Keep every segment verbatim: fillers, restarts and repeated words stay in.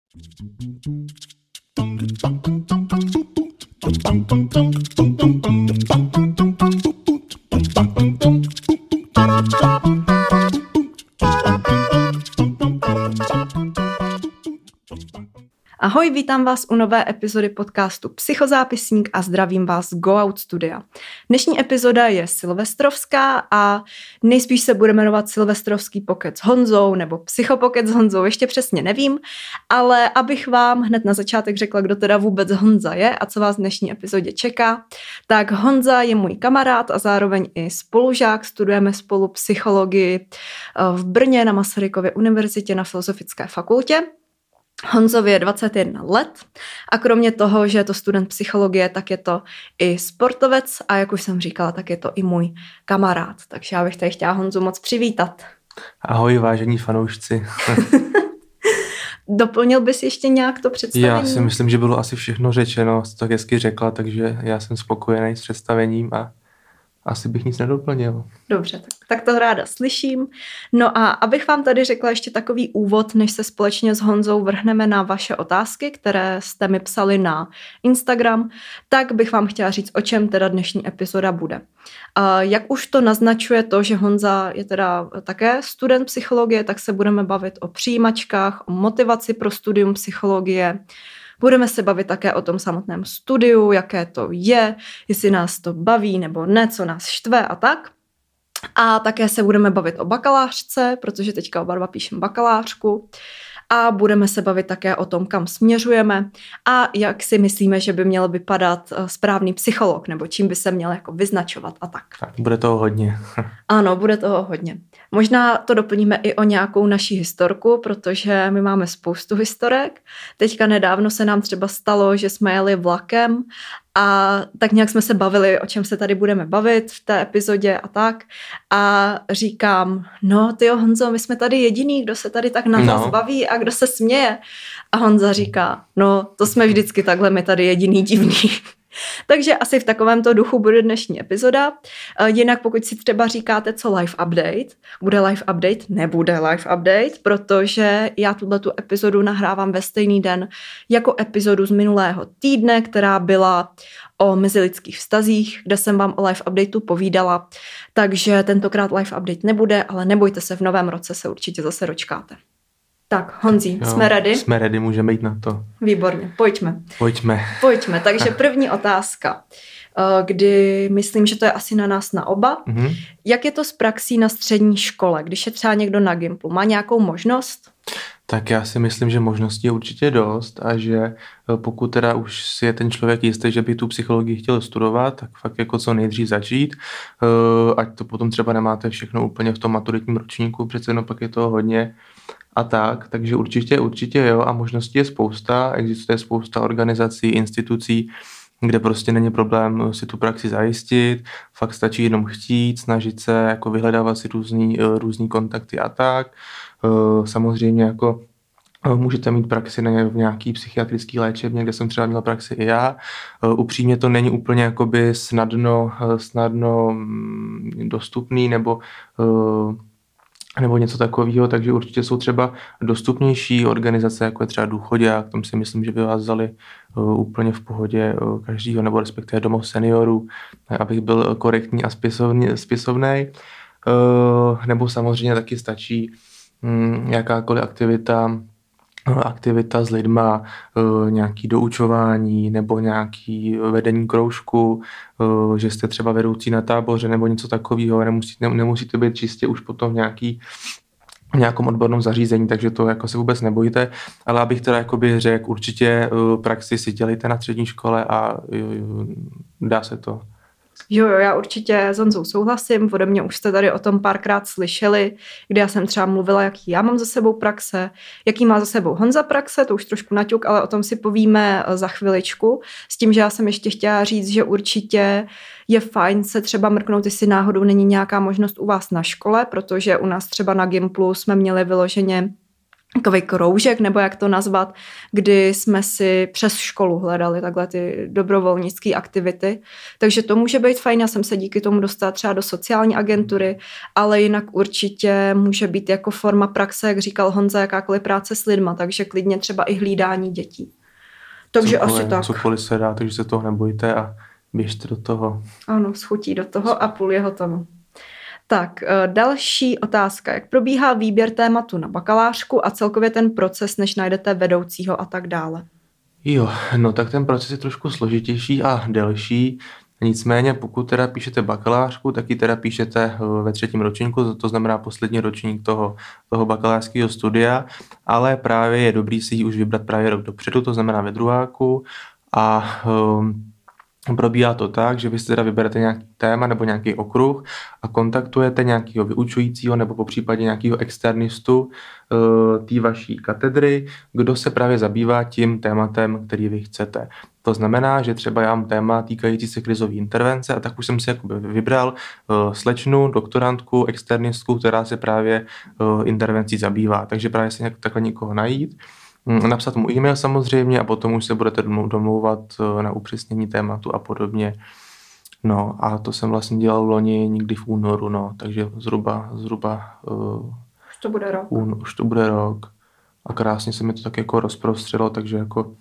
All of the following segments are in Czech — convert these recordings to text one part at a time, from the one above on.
Ahoj, vítám vás u nové epizody podcastu Psychozápisník a zdravím vás z Go Out Studia. Dnešní epizoda je silvestrovská a nejspíš se bude jmenovat Silvestrovský pokec s Honzou nebo Psychopokec s Honzou, ještě přesně nevím, ale abych vám hned na začátek řekla, kdo teda vůbec Honza je a co vás v dnešní epizodě čeká, tak Honza je můj kamarád a zároveň i spolužák, studujeme spolu psychologii v Brně na Masarykově univerzitě na Filozofické fakultě. Honzovi je dvacet jedna let a kromě toho, že je to student psychologie, tak je to i sportovec a jak už jsem říkala, tak je to i můj kamarád. Takže já bych tady chtěla Honzu moc přivítat. Ahoj, vážení fanoušci. Doplnil bys ještě nějak to představení? Já si myslím, že bylo asi všechno řečeno, to tak hezky řekla, takže já jsem spokojený s představením a asi bych nic nedoplnil. Dobře, tak, tak to ráda slyším. No a abych vám tady řekla ještě takový úvod, než se společně s Honzou vrhneme na vaše otázky, které jste mi psali na Instagram, tak bych vám chtěla říct, o čem teda dnešní epizoda bude. Jak už to naznačuje to, že Honza je teda také student psychologie, tak se budeme bavit o přijímačkách, o motivaci pro studium psychologie. Budeme se bavit také o tom samotném studiu, jaké to je, jestli nás to baví nebo ne, co nás štve a tak. A také se budeme bavit o bakalářce, protože teďka oba dva píšeme bakalářku. A budeme se bavit také o tom, kam směřujeme a jak si myslíme, že by měl vypadat správný psycholog, nebo čím by se měl jako vyznačovat a tak. Tak bude toho hodně. Ano, bude toho hodně. Možná to doplníme i o nějakou naší historku, protože my máme spoustu historek. Teďka nedávno se nám třeba stalo, že jsme jeli vlakem a tak nějak jsme se bavili, o čem se tady budeme bavit v té epizodě a tak. A říkám, no tyjo Honzo, my jsme tady jediný, kdo se tady tak na nás no. baví a kdo se směje. A Honza říká, no to jsme vždycky takhle, my tady jediný divný. Takže asi v takovémto duchu bude dnešní epizoda. Jinak pokud si třeba říkáte, co live update, bude live update, nebude live update, protože já tuhletu epizodu nahrávám ve stejný den jako epizodu z minulého týdne, která byla o mezilidských vztazích, kde jsem vám o live updateu povídala, takže tentokrát live update nebude, ale nebojte se, v novém roce se určitě zase dočkáte. Tak, Honzí, jo, jsme ready? Jsme ready, můžeme jít na to. Výborně, pojďme. Pojďme. Pojďme, takže první otázka, kdy myslím, že to je asi na nás na oba. Mm-hmm. Jak je to s praxí na střední škole, když je třeba někdo na Gimplu? Má nějakou možnost? Tak já si myslím, že možností je určitě dost a že pokud teda už si je ten člověk jistý, že by tu psychologii chtěl studovat, tak fakt jako co nejdřív začít, ať to potom třeba nemáte všechno úplně v tom maturitním ročníku, přece jenom pak je toho hodně a tak, takže určitě, určitě jo a možností je spousta, existuje spousta organizací, institucí, kde prostě není problém si tu praxi zajistit, fakt stačí jenom chtít, snažit se jako vyhledávat si různý, různý kontakty a tak. Samozřejmě jako můžete mít praxi v nějaký psychiatrický léčebně, kde jsem třeba měl praxi i já. Upřímně to není úplně jakoby snadno, snadno dostupný nebo nebo něco takového, takže určitě jsou třeba dostupnější organizace, jako je třeba Důchodák, tam si myslím, že by vás vzali uh, úplně v pohodě uh, každýho, nebo respektive domov seniorů, abych byl korektní a spisovný, spisovnej. Uh, nebo samozřejmě taky stačí um, jakákoliv aktivita, aktivita s lidma, nějaký doučování nebo nějaký vedení kroužku, že jste třeba vedoucí na táboře nebo něco takového, nemusíte, nemusíte být čistě už potom v nějaký v nějakom odbornom zařízení, takže to jako se vůbec nebojte, ale abych teda jakoby řekl, určitě praxi si dělejte na střední škole a dá se to. Jo, jo, já určitě s Honzou souhlasím, ode mě už jste tady o tom párkrát slyšeli, kde já jsem třeba mluvila, jaký já mám za sebou praxe, jaký má za sebou Honza praxe, to už trošku naťuk, ale o tom si povíme za chviličku, s tím, že já jsem ještě chtěla říct, že určitě je fajn se třeba mrknout, jestli náhodou není nějaká možnost u vás na škole, protože u nás třeba na Gimplu jsme měli vyloženě takový kroužek, nebo jak to nazvat, kdy jsme si přes školu hledali takhle ty dobrovolnické aktivity. Takže to může být fajn, já jsem se díky tomu dostala třeba do sociální agentury, ale jinak určitě může být jako forma praxe, jak říkal Honza, jakákoliv práce s lidma, takže klidně třeba i hlídání dětí. Takže cokoliv, asi tak. Cokoliv se dá, takže se toho nebojte a běžte do toho. Ano, schutí do toho a půl je hotovo. Tak, další otázka. Jak probíhá výběr tématu na bakalářku a celkově ten proces, než najdete vedoucího a tak dále? Jo, no tak ten proces je trošku složitější a delší. Nicméně, pokud teda píšete bakalářku, tak ji teda píšete ve třetím ročníku, to znamená poslední ročník toho, toho bakalářského studia, ale právě je dobrý si ji už vybrat právě rok dopředu, to znamená ve druháku a um, probíhá to tak, že vy si teda vyberete nějaký téma nebo nějaký okruh a kontaktujete nějakého vyučujícího nebo popřípadě nějakého externistu uh, té vaší katedry, kdo se právě zabývá tím tématem, který vy chcete. To znamená, že třeba já mám téma týkající se krizové intervence a tak už jsem si jakoby vybral uh, slečnu, doktorantku, externistku, která se právě uh, intervencí zabývá. Takže právě se nějak takhle někoho najít, napsat mu e-mail samozřejmě a potom už se budete domlouvat na upřesnění tématu a podobně. No a to jsem vlastně dělal loni někdy v únoru, no, takže zhruba, zhruba uh, už to bude rok. Un, už to bude rok a krásně se mi to tak jako rozprostřelo, takže jako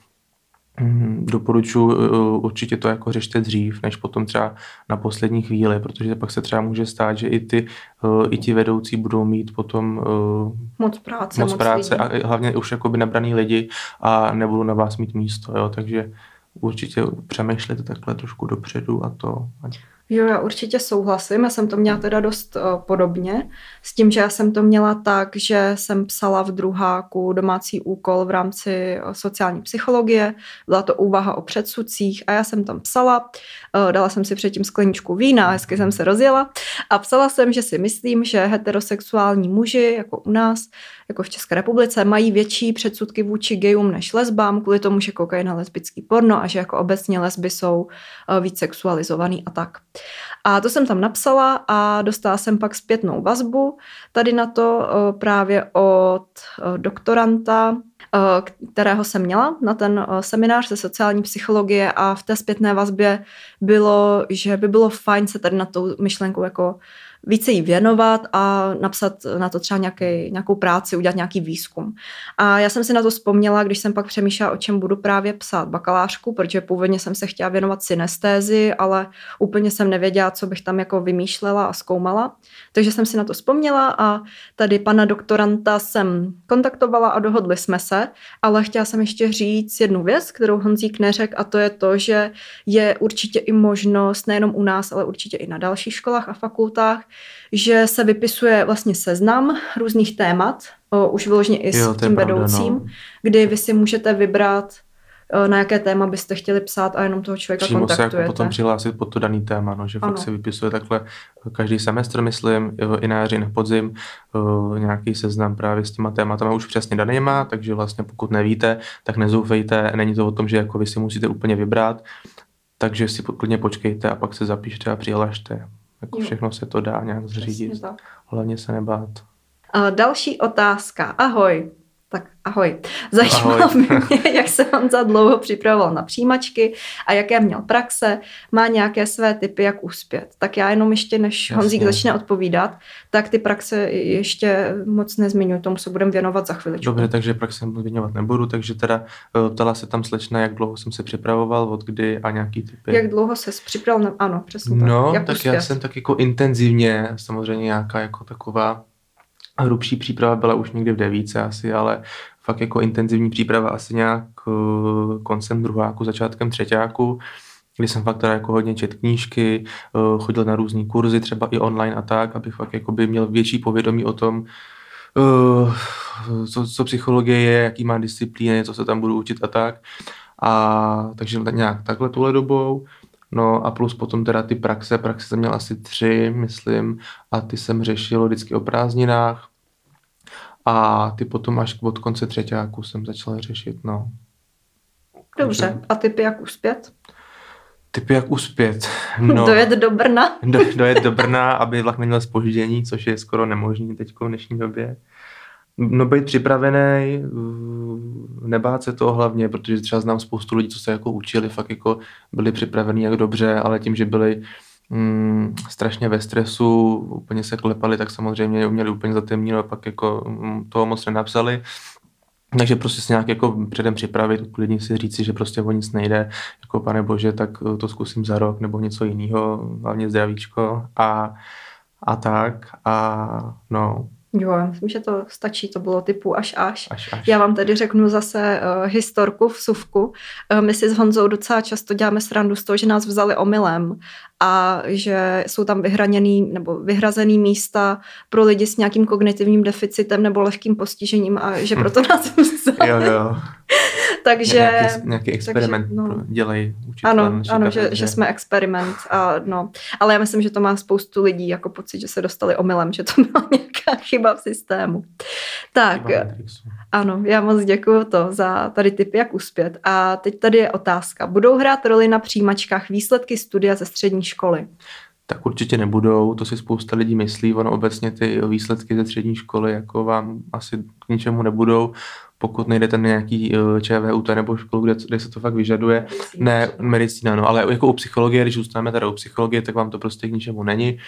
mm, doporučuji uh, určitě to jako řešte dřív, než potom třeba na poslední chvíli, protože pak se třeba může stát, že i ty uh, i ti vedoucí budou mít potom uh, moc práce, moc, moc práce lidí. A hlavně už jakoby nabraný lidi a nebudou na vás mít místo, jo, takže určitě přemýšlete takhle trošku dopředu a to. Jo, já určitě souhlasím, já jsem to měla teda dost uh, podobně, s tím, že já jsem to měla tak, že jsem psala v druháku domácí úkol v rámci uh, sociální psychologie, byla to úvaha o předsudcích a já jsem tam psala, uh, dala jsem si předtím skleničku vína, hezky jsem se rozjela a psala jsem, že si myslím, že heterosexuální muži, jako u nás, jako v České republice, mají větší předsudky vůči gayům než lesbám, kvůli tomu, že koukají na lesbický porno a že jako obecně lesby jsou uh, víc sexualizovaný a tak. A to jsem tam napsala a dostala jsem pak zpětnou vazbu tady na to právě od doktoranta, kterého jsem měla na ten seminář ze sociální psychologie a v té zpětné vazbě bylo, že by bylo fajn se tady na tou myšlenkou jako více jí věnovat a napsat na to třeba nějaký, nějakou práci, udělat nějaký výzkum. A já jsem si na to vzpomněla, když jsem pak přemýšlela, o čem budu právě psát bakalářku, protože původně jsem se chtěla věnovat synestézi, ale úplně jsem nevěděla, co bych tam jako vymýšlela a zkoumala. Takže jsem si na to vzpomněla a tady pana doktoranta jsem kontaktovala a dohodli jsme se, ale chtěla jsem ještě říct jednu věc, kterou Honzík neřekl, a to je to, že je určitě i možnost, nejenom u nás, ale určitě i na dalších školách a fakultách, že se vypisuje vlastně seznam různých témat, o, už vyloženě i jo, s tím pravda, vedoucím, no. kdy vy si můžete vybrat, o, na jaké téma byste chtěli psát a jenom toho člověka přímo kontaktujete. Přímo se jako potom přihlásit pod to daný téma, no, že ano. Fakt se vypisuje takhle každý semestr, myslím, i na jaře, na podzim, o, nějaký seznam právě s těma tématama už přesně danýma, takže vlastně pokud nevíte, tak nezoufejte, není to o tom, že jako vy si musíte úplně vybrat, takže si klidně počkejte a pak se zapíšte a přihlašte. Jako všechno se to dá nějak zřídit. Hlavně se nebát. A další otázka. Ahoj. Tak ahoj. Zajímalo mě, jak se Honza dlouho připravoval na přijímačky a jaké měl praxe. Má nějaké své tipy, jak uspět. Tak já jenom ještě, než Jasně. Honzík začne odpovídat, tak ty praxe ještě moc nezmiňuji. Tomu se budeme věnovat za chviličku. Dobře, takže praxe věnovat nebudu, takže teda ptala se tam slečna, jak dlouho jsem se připravoval, od kdy a nějaký typy. Jak dlouho ses připravoval? Ano, přesně tak. No, jak tak uspět? Já jsem tak jako intenzivně, samozřejmě nějaká jako taková hrubší příprava byla už někdy v devíce asi, ale fakt jako intenzivní příprava asi nějak uh, koncem druháku, začátkem třetíku, kdy jsem fakt teda jako hodně čet knížky, uh, chodil na různý kurzy, třeba i online a tak, abych fakt jako by měl větší povědomí o tom, uh, co, co psychologie je, jaký má disciplíny, co se tam budu učit a tak. A takže nějak takhle tuhle dobou. No a plus potom teda ty praxe, praxe jsem měl asi tři, myslím, a ty jsem řešil vždycky o prázdninách a ty potom až od konce třetíku jsem začal řešit, no. Dobře, Takže... a tipy jak uspět? Tipy jak uspět? No, dojet do Brna? do, dojet do Brna, aby vlak neměl zpoždění, což je skoro nemožný teď v dnešní době. No být připravený, nebát se toho hlavně, protože třeba znám spoustu lidí, co se jako učili, fakt jako byli připravení jak dobře, ale tím, že byli mm, strašně ve stresu, úplně se klepali, tak samozřejmě uměli úplně zatemnit a pak jako toho moc nenapsali. Takže prostě se nějak jako předem připravit, klidně si říci, že prostě o nic nejde, jako pane bože, tak to zkusím za rok nebo něco jiného, hlavně zdravíčko a, a tak a no. Jo, já myslím, že to stačí, to bylo typu až až. až, až. Já vám tady řeknu zase uh, historku v suvku. Uh, my si s Honzou docela často děláme srandu z toho, že nás vzali omylem a že jsou tam vyhraněný nebo vyhrazený místa pro lidi s nějakým kognitivním deficitem nebo lehkým postižením a že proto nás vzali. Jo, jo. Takže, nějaký, nějaký experiment takže, no, dělají učitelé. Ano, ano že, že jsme experiment. A, no. Ale já myslím, že to má spoustu lidí jako pocit, že se dostali omylem, že to byla nějaká chyba v systému. Tak, ano, já moc děkuju to za tady tipy, jak uspět. A teď tady je otázka. Budou hrát roli na přijímačkách výsledky studia ze střední školy? Tak určitě nebudou, to si spousta lidí myslí, ono obecně ty výsledky ze střední školy jako vám asi k ničemu nebudou, pokud nejdete na nějaký ČVUT nebo školu, kde, kde se to fakt vyžaduje. Medicína. Ne, medicína, no, ale jako u psychologie, když zůstaneme teda u psychologie, tak vám to prostě k ničemu není.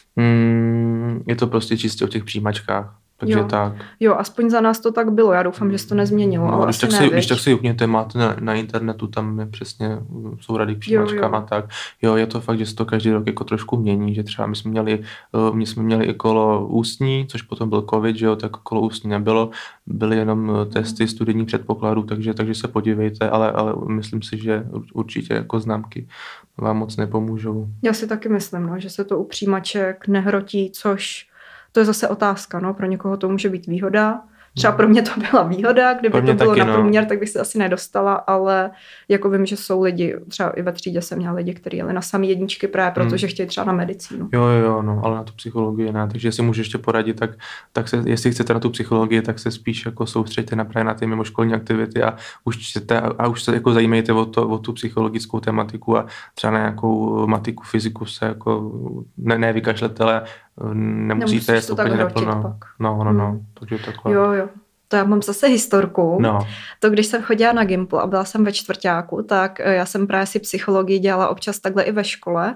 Mm, je to prostě čistě o těch přijímačkách. Takže jo. tak. Jo, aspoň za nás to tak bylo. Já doufám, že se to nezměnilo. No, ale když, tak ne, si, když tak si upněte, máte na, na internetu, tam je přesně, jsou rady k přijímačkám a tak. Jo, je to fakt, že se to každý rok jako trošku mění, že třeba my jsme měli, my jsme měli i kolo ústní, což potom byl covid, že jo, tak kolo ústní nebylo, byly jenom testy studijních předpokladů, takže, takže se podívejte, ale, ale myslím si, že určitě jako známky vám moc nepomůžou. Já si taky myslím, no, že se to u přijímaček nehrotí, což to je zase otázka, no, pro někoho to může být výhoda. Třeba pro mě to byla výhoda, kdyby to bylo taky, na průměr, no. Tak bych se asi nedostala, ale jako vím, že jsou lidi, třeba i ve třídě jsem měla lidi, kteří jeli na samý jedničky právě, protože hmm. chtějí třeba na medicínu. Jo, jo, no, ale na tu psychologii ne, takže jestli můžu ještě poradit, tak, tak se, jestli chcete na tu psychologii, tak se spíš jako soustřeďte na právě na ty mimoškolní aktivity a už čtěte a, a už se jako zajímejte o, to, o tu psychologickou tematiku a třeba na nějakou matiku, fyziku se jako ne, ne vykašlete, ale nemusíte je úplně naplno. No, no, no, hmm. takže takhle. Jo, jo. To já mám zase historku. No. To když jsem chodila na Gimpl a byla jsem ve čtvrťáku, tak já jsem právě si psychologii dělala občas takhle i ve škole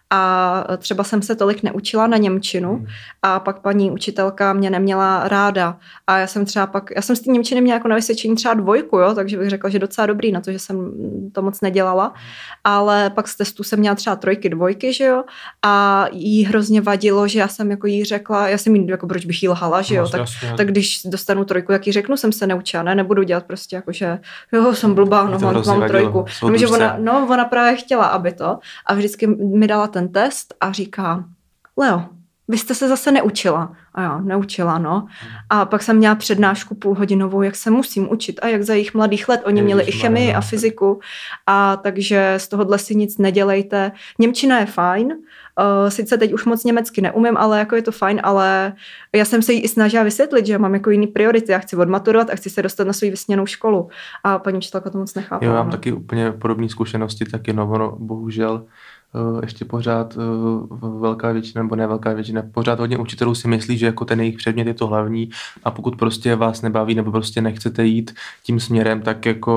a třeba jsem se tolik neučila na němčinu hmm. a pak paní učitelka mě neměla ráda a já jsem třeba pak, já jsem z té němčiny měla jako na vysvědčení třeba dvojku, jo, takže bych řekla, že docela dobrý na to, že jsem to moc nedělala, ale pak z testu jsem měla třeba trojky, dvojky, že jo, a jí hrozně vadilo, že já jsem jako jí řekla, já jsem jí jako proč bych jí lhala, že jo, no, tak, tak když dostanu trojku, jak jí řeknu, jsem se neučila, ne, nebudu dělat prostě jako, že jo, jsem blbá, no, mám, mám trojku. No, že ona, no, ona právě chtěla, aby to a vždycky mi dala ten test a říká, Leo, vy jste se zase neučila. A já, neučila, no. A pak jsem měla přednášku půlhodinovou, jak se musím učit a jak za jejich mladých let. Oni měli i chemii a fyziku. A takže z tohohle si nic nedělejte. Němčina je fajn. Sice teď už moc německy neumím, ale jako je to fajn, ale já jsem se jí i snažila vysvětlit, že mám jako jiný priority. Já chci odmaturovat a chci se dostat na svou vysněnou školu. A paní učitelka to moc nechápala. Jo, mám no. taky úplně podobné zkušenosti, taky no, ono, bohužel ještě pořád velká většina, nebo ne velká většina, pořád hodně učitelů si myslí, že jako ten jejich předmět je to hlavní a pokud prostě vás nebaví nebo prostě nechcete jít tím směrem, tak jako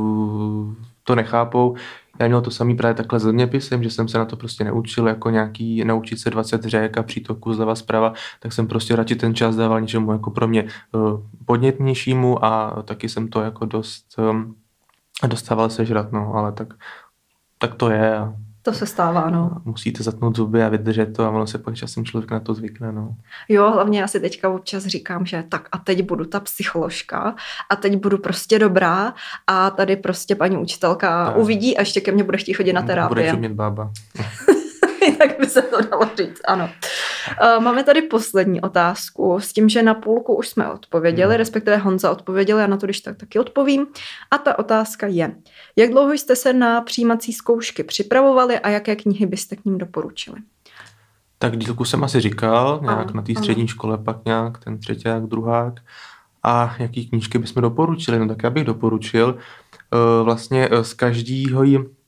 to nechápou. Já měl to samý právě takhle s zeměpisem, že jsem se na to prostě neučil, jako nějaký naučit se dvacet řek a přítoků zleva zprava, tak jsem prostě radši ten čas dával něčemu jako pro mě podnětnějšímu a taky jsem to jako dost dostával sežrat, no, ale tak, tak to je. To se stává, no. Musíte zatnout zuby a vydržet to a ono se pak časem člověk na to zvykne, no. Jo, hlavně já si teďka občas říkám, že tak a teď budu ta psycholožka a teď budu prostě dobrá a tady prostě paní učitelka tak uvidí a ještě ke mně bude chtít chodit na terapii. Bude čumět bába. Tak by se to dalo říct, ano. Máme tady poslední otázku s tím, že na půlku už jsme odpověděli, no. respektive Honza odpověděl, já na to když tak taky odpovím. A ta otázka je, jak dlouho jste se na přijímací zkoušky připravovali a jaké knihy byste k ním doporučili? Tak dílku jsem asi říkal, nějak ano, na té střední ano. škole pak nějak, ten třeťák, druhák. A jaký knížky bychom doporučili? No tak já bych doporučil uh, vlastně z každého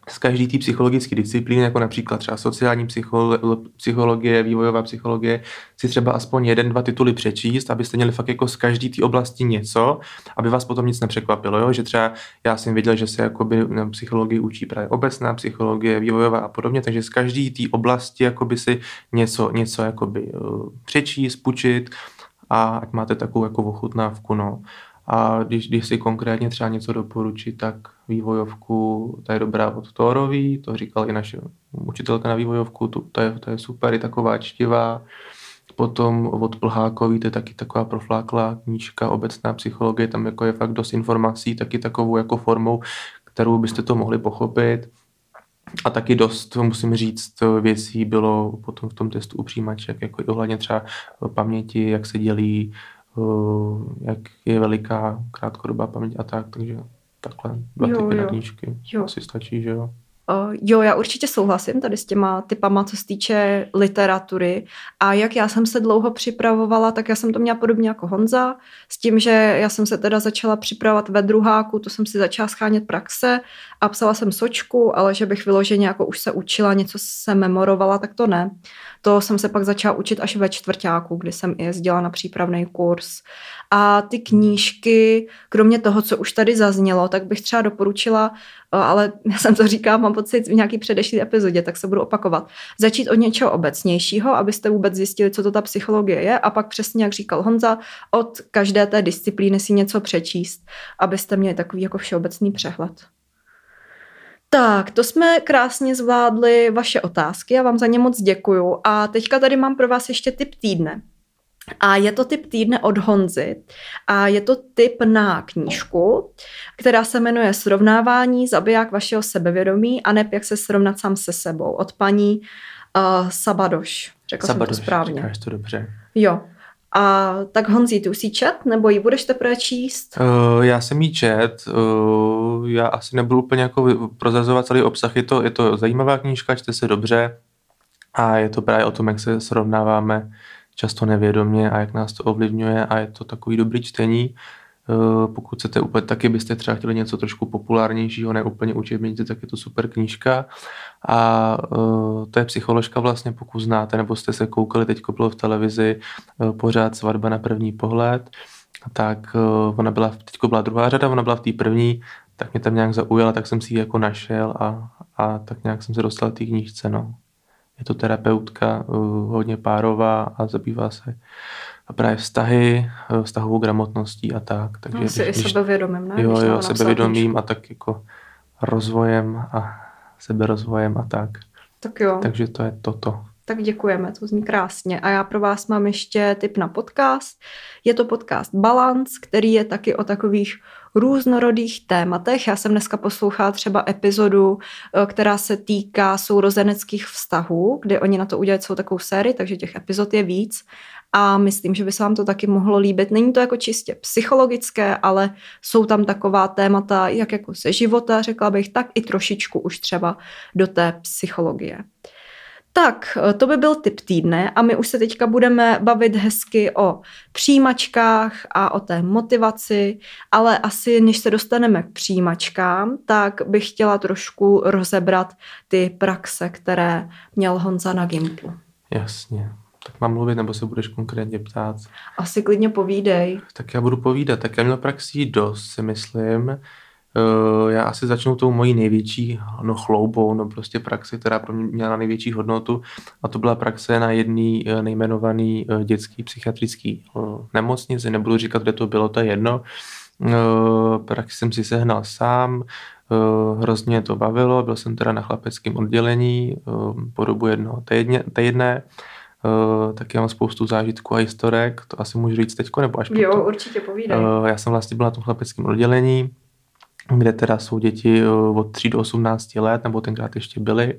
z každý té psychologické disciplíny, jako například třeba sociální psycholo- psychologie, vývojová psychologie, si třeba aspoň jeden, dva tituly přečíst, abyste měli fakt jako z každý té oblasti něco, aby vás potom nic nepřekvapilo, jo? Že třeba já jsem věděl, že se jakoby na psychologii učí právě obecná psychologie, vývojová a podobně, takže z každý té oblasti jakoby si něco, něco jakoby přečíst, půjčit a ať máte takovou jako ochutnávku, no. A když, když si konkrétně třeba něco doporučit, tak vývojovku, ta je dobrá od Thorový, to říkal i naše učitelka na vývojovku, to, to, je, to je super, je taková čtivá. Potom od Plhákový, to je taky taková profláklá knížka, obecná psychologie, tam jako je fakt dost informací, taky takovou jako formou, kterou byste to mohli pochopit. A taky dost, musím říct, věcí bylo potom v tom testu u přijímaček, jako i ohledně třeba paměti, jak se dělí, jak je veliká krátkodobá paměť a tak, takže takhle dva jo, typy jo. na knížky jo. asi stačí, že jo. Uh, jo, já určitě souhlasím tady s těma typama, co se týče literatury a jak já jsem se dlouho připravovala, tak já jsem to měla podobně jako Honza, s tím, že já jsem se teda začala připravovat ve druháku, to jsem si začala schánět praxe a psala jsem sočku, ale že bych vyloženě jako už se učila, něco se memorovala, tak to ne. To jsem se pak začala učit až ve čtvrťáku, kdy jsem i jezdila na přípravný kurz. A ty knížky, kromě toho, co už tady zaznělo, tak bych třeba doporučila, ale já jsem to říkala, mám pocit v nějaký předešlý epizodě, tak se budu opakovat. Začít od něčeho obecnějšího, abyste vůbec zjistili, co to ta psychologie je a pak přesně, jak říkal Honza, od každé té disciplíny si něco přečíst, abyste měli takový jako všeobecný přehled. Tak, to jsme krásně zvládli vaše otázky, já vám za ně moc děkuju a teďka tady mám pro vás ještě tip týdne. A je to tip týdne od Honzy a je to tip na knížku, která se jmenuje Srovnávání, zabiják vašeho sebevědomí a neb jak se srovnat sám se sebou od paní uh, Sabadoš. Řekla Sabadoš, jsem to správně. říkáš to dobře. Jo. A tak Honzi, ty už jsi čet, nebo ji budeš teprve číst? Uh, já jsem jí čet, uh, já asi nebudu úplně jako prozrazovat celý obsah, je to, je to zajímavá knížka, čte se dobře a je to právě o tom, jak se srovnáváme často nevědomě a jak nás to ovlivňuje a je to takový dobrý čtení. Uh, pokud chcete úplně, taky byste třeba chtěli něco trošku populárnějšího, ne úplně učebnice, tak je to super knížka. A uh, to je psycholožka vlastně, pokud znáte, nebo jste se koukali, teďko bylo v televizi uh, pořád Svatba na první pohled, tak uh, ona byla, teďko byla druhá řada, ona byla v té první, tak mě tam nějak zaujala, tak jsem si ji jako našel a, a tak nějak jsem se dostal k té knížce, no. Je to terapeutka, uh, hodně párová a zabývá se právě vztahy, vztahovou gramotností a tak. Takže no, si když, i sebevědomím, ne? Jo, jo, sebevědomím a tak jako rozvojem a seberozvojem a tak. Tak jo. Takže to je toto. Tak děkujeme, to zní krásně. A já pro vás mám ještě tip na podcast. Je to podcast Balance, který je taky o takových různorodých tématech. Já jsem dneska poslouchala třeba epizodu, která se týká sourozeneckých vztahů, kde oni na to udělají celou takovou sérii, takže těch epizod je víc. A myslím, že by se vám to taky mohlo líbit. Není to jako čistě psychologické, ale jsou tam taková témata, jak jako ze života, řekla bych, tak i trošičku už třeba do té psychologie. Tak, to by byl tip týdne a my už se teďka budeme bavit hezky o přijímačkách a o té motivaci, ale asi než se dostaneme k přijímačkám, tak bych chtěla trošku rozebrat ty praxe, které měl Honza na Gimplu. Jasně. Tak mám mluvit, nebo se budeš konkrétně ptát? Asi klidně povídej. Tak já budu povídat. Tak já měl praxí dost, si myslím. Uh, já asi začnu tou mojí největší no, chloubou, no prostě praxi, která pro mě měla největší hodnotu a to byla praxe na jedný uh, nejmenovaný uh, dětský psychiatrický uh, nemocnici, nebudu říkat, kde to bylo, to je jedno. Uh, praxi jsem si sehnal sám, uh, hrozně to bavilo, byl jsem teda na chlapeckém oddělení uh, po dobu jednoho týdne, týdne. Uh, tak já mám spoustu zážitků a historek, to asi můžu říct teďko, nebo až potom. Jo, určitě povídej. Uh, já jsem vlastně byl na tom chlapeckém oddělení, kde teda jsou děti od tří do osmnácti let, nebo tenkrát ještě byly.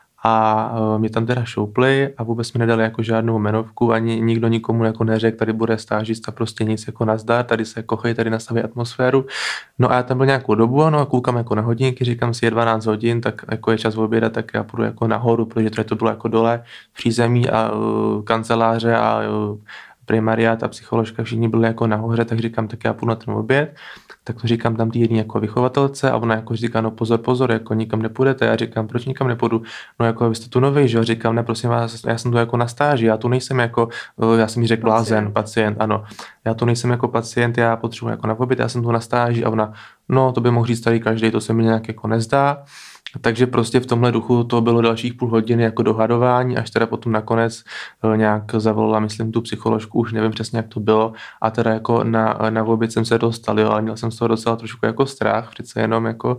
A mě tam teda šoupli a vůbec mi nedali jako žádnou jmenovku, ani nikdo nikomu jako neřekl, tady bude stážista, prostě nic jako nazdar, tady se kochej, tady nastaví atmosféru. No a já tam byl nějakou dobu, no a koukám jako na hodinky, říkám si je dvanáct hodin, tak jako je čas oběda, tak já půjdu jako nahoru, protože to bylo jako dole v přízemí a uh, kanceláře a uh, primariát a psycholožka, všichni byli jako nahoře, tak říkám, tak já půjdu na ten oběd, tak to říkám tam ty jedný jako vychovatelce a ona jako říká, no pozor, pozor, jako nikam nepůjdete. Já říkám, proč nikam nepůjdu? No jako vy jste tu nový, že jo? Říkám, ne, prosím vás, já jsem tu jako na stáži, já tu nejsem jako, já jsem jí řekl blázen, pacient, ano. Já tu nejsem jako pacient, já potřebuji jako na oběd, já jsem tu na stáži a ona, no to by mohl říct tady každý, to se mi nějak jako nezdá. Takže prostě v tomhle duchu to bylo dalších půl hodiny jako dohadování, až teda potom nakonec nějak zavolala, myslím, tu psycholožku, už nevím přesně, jak to bylo, a teda jako na, na oběd jsem se dostal, jo, ale měl jsem z toho docela trošku jako strach, přece jenom jako,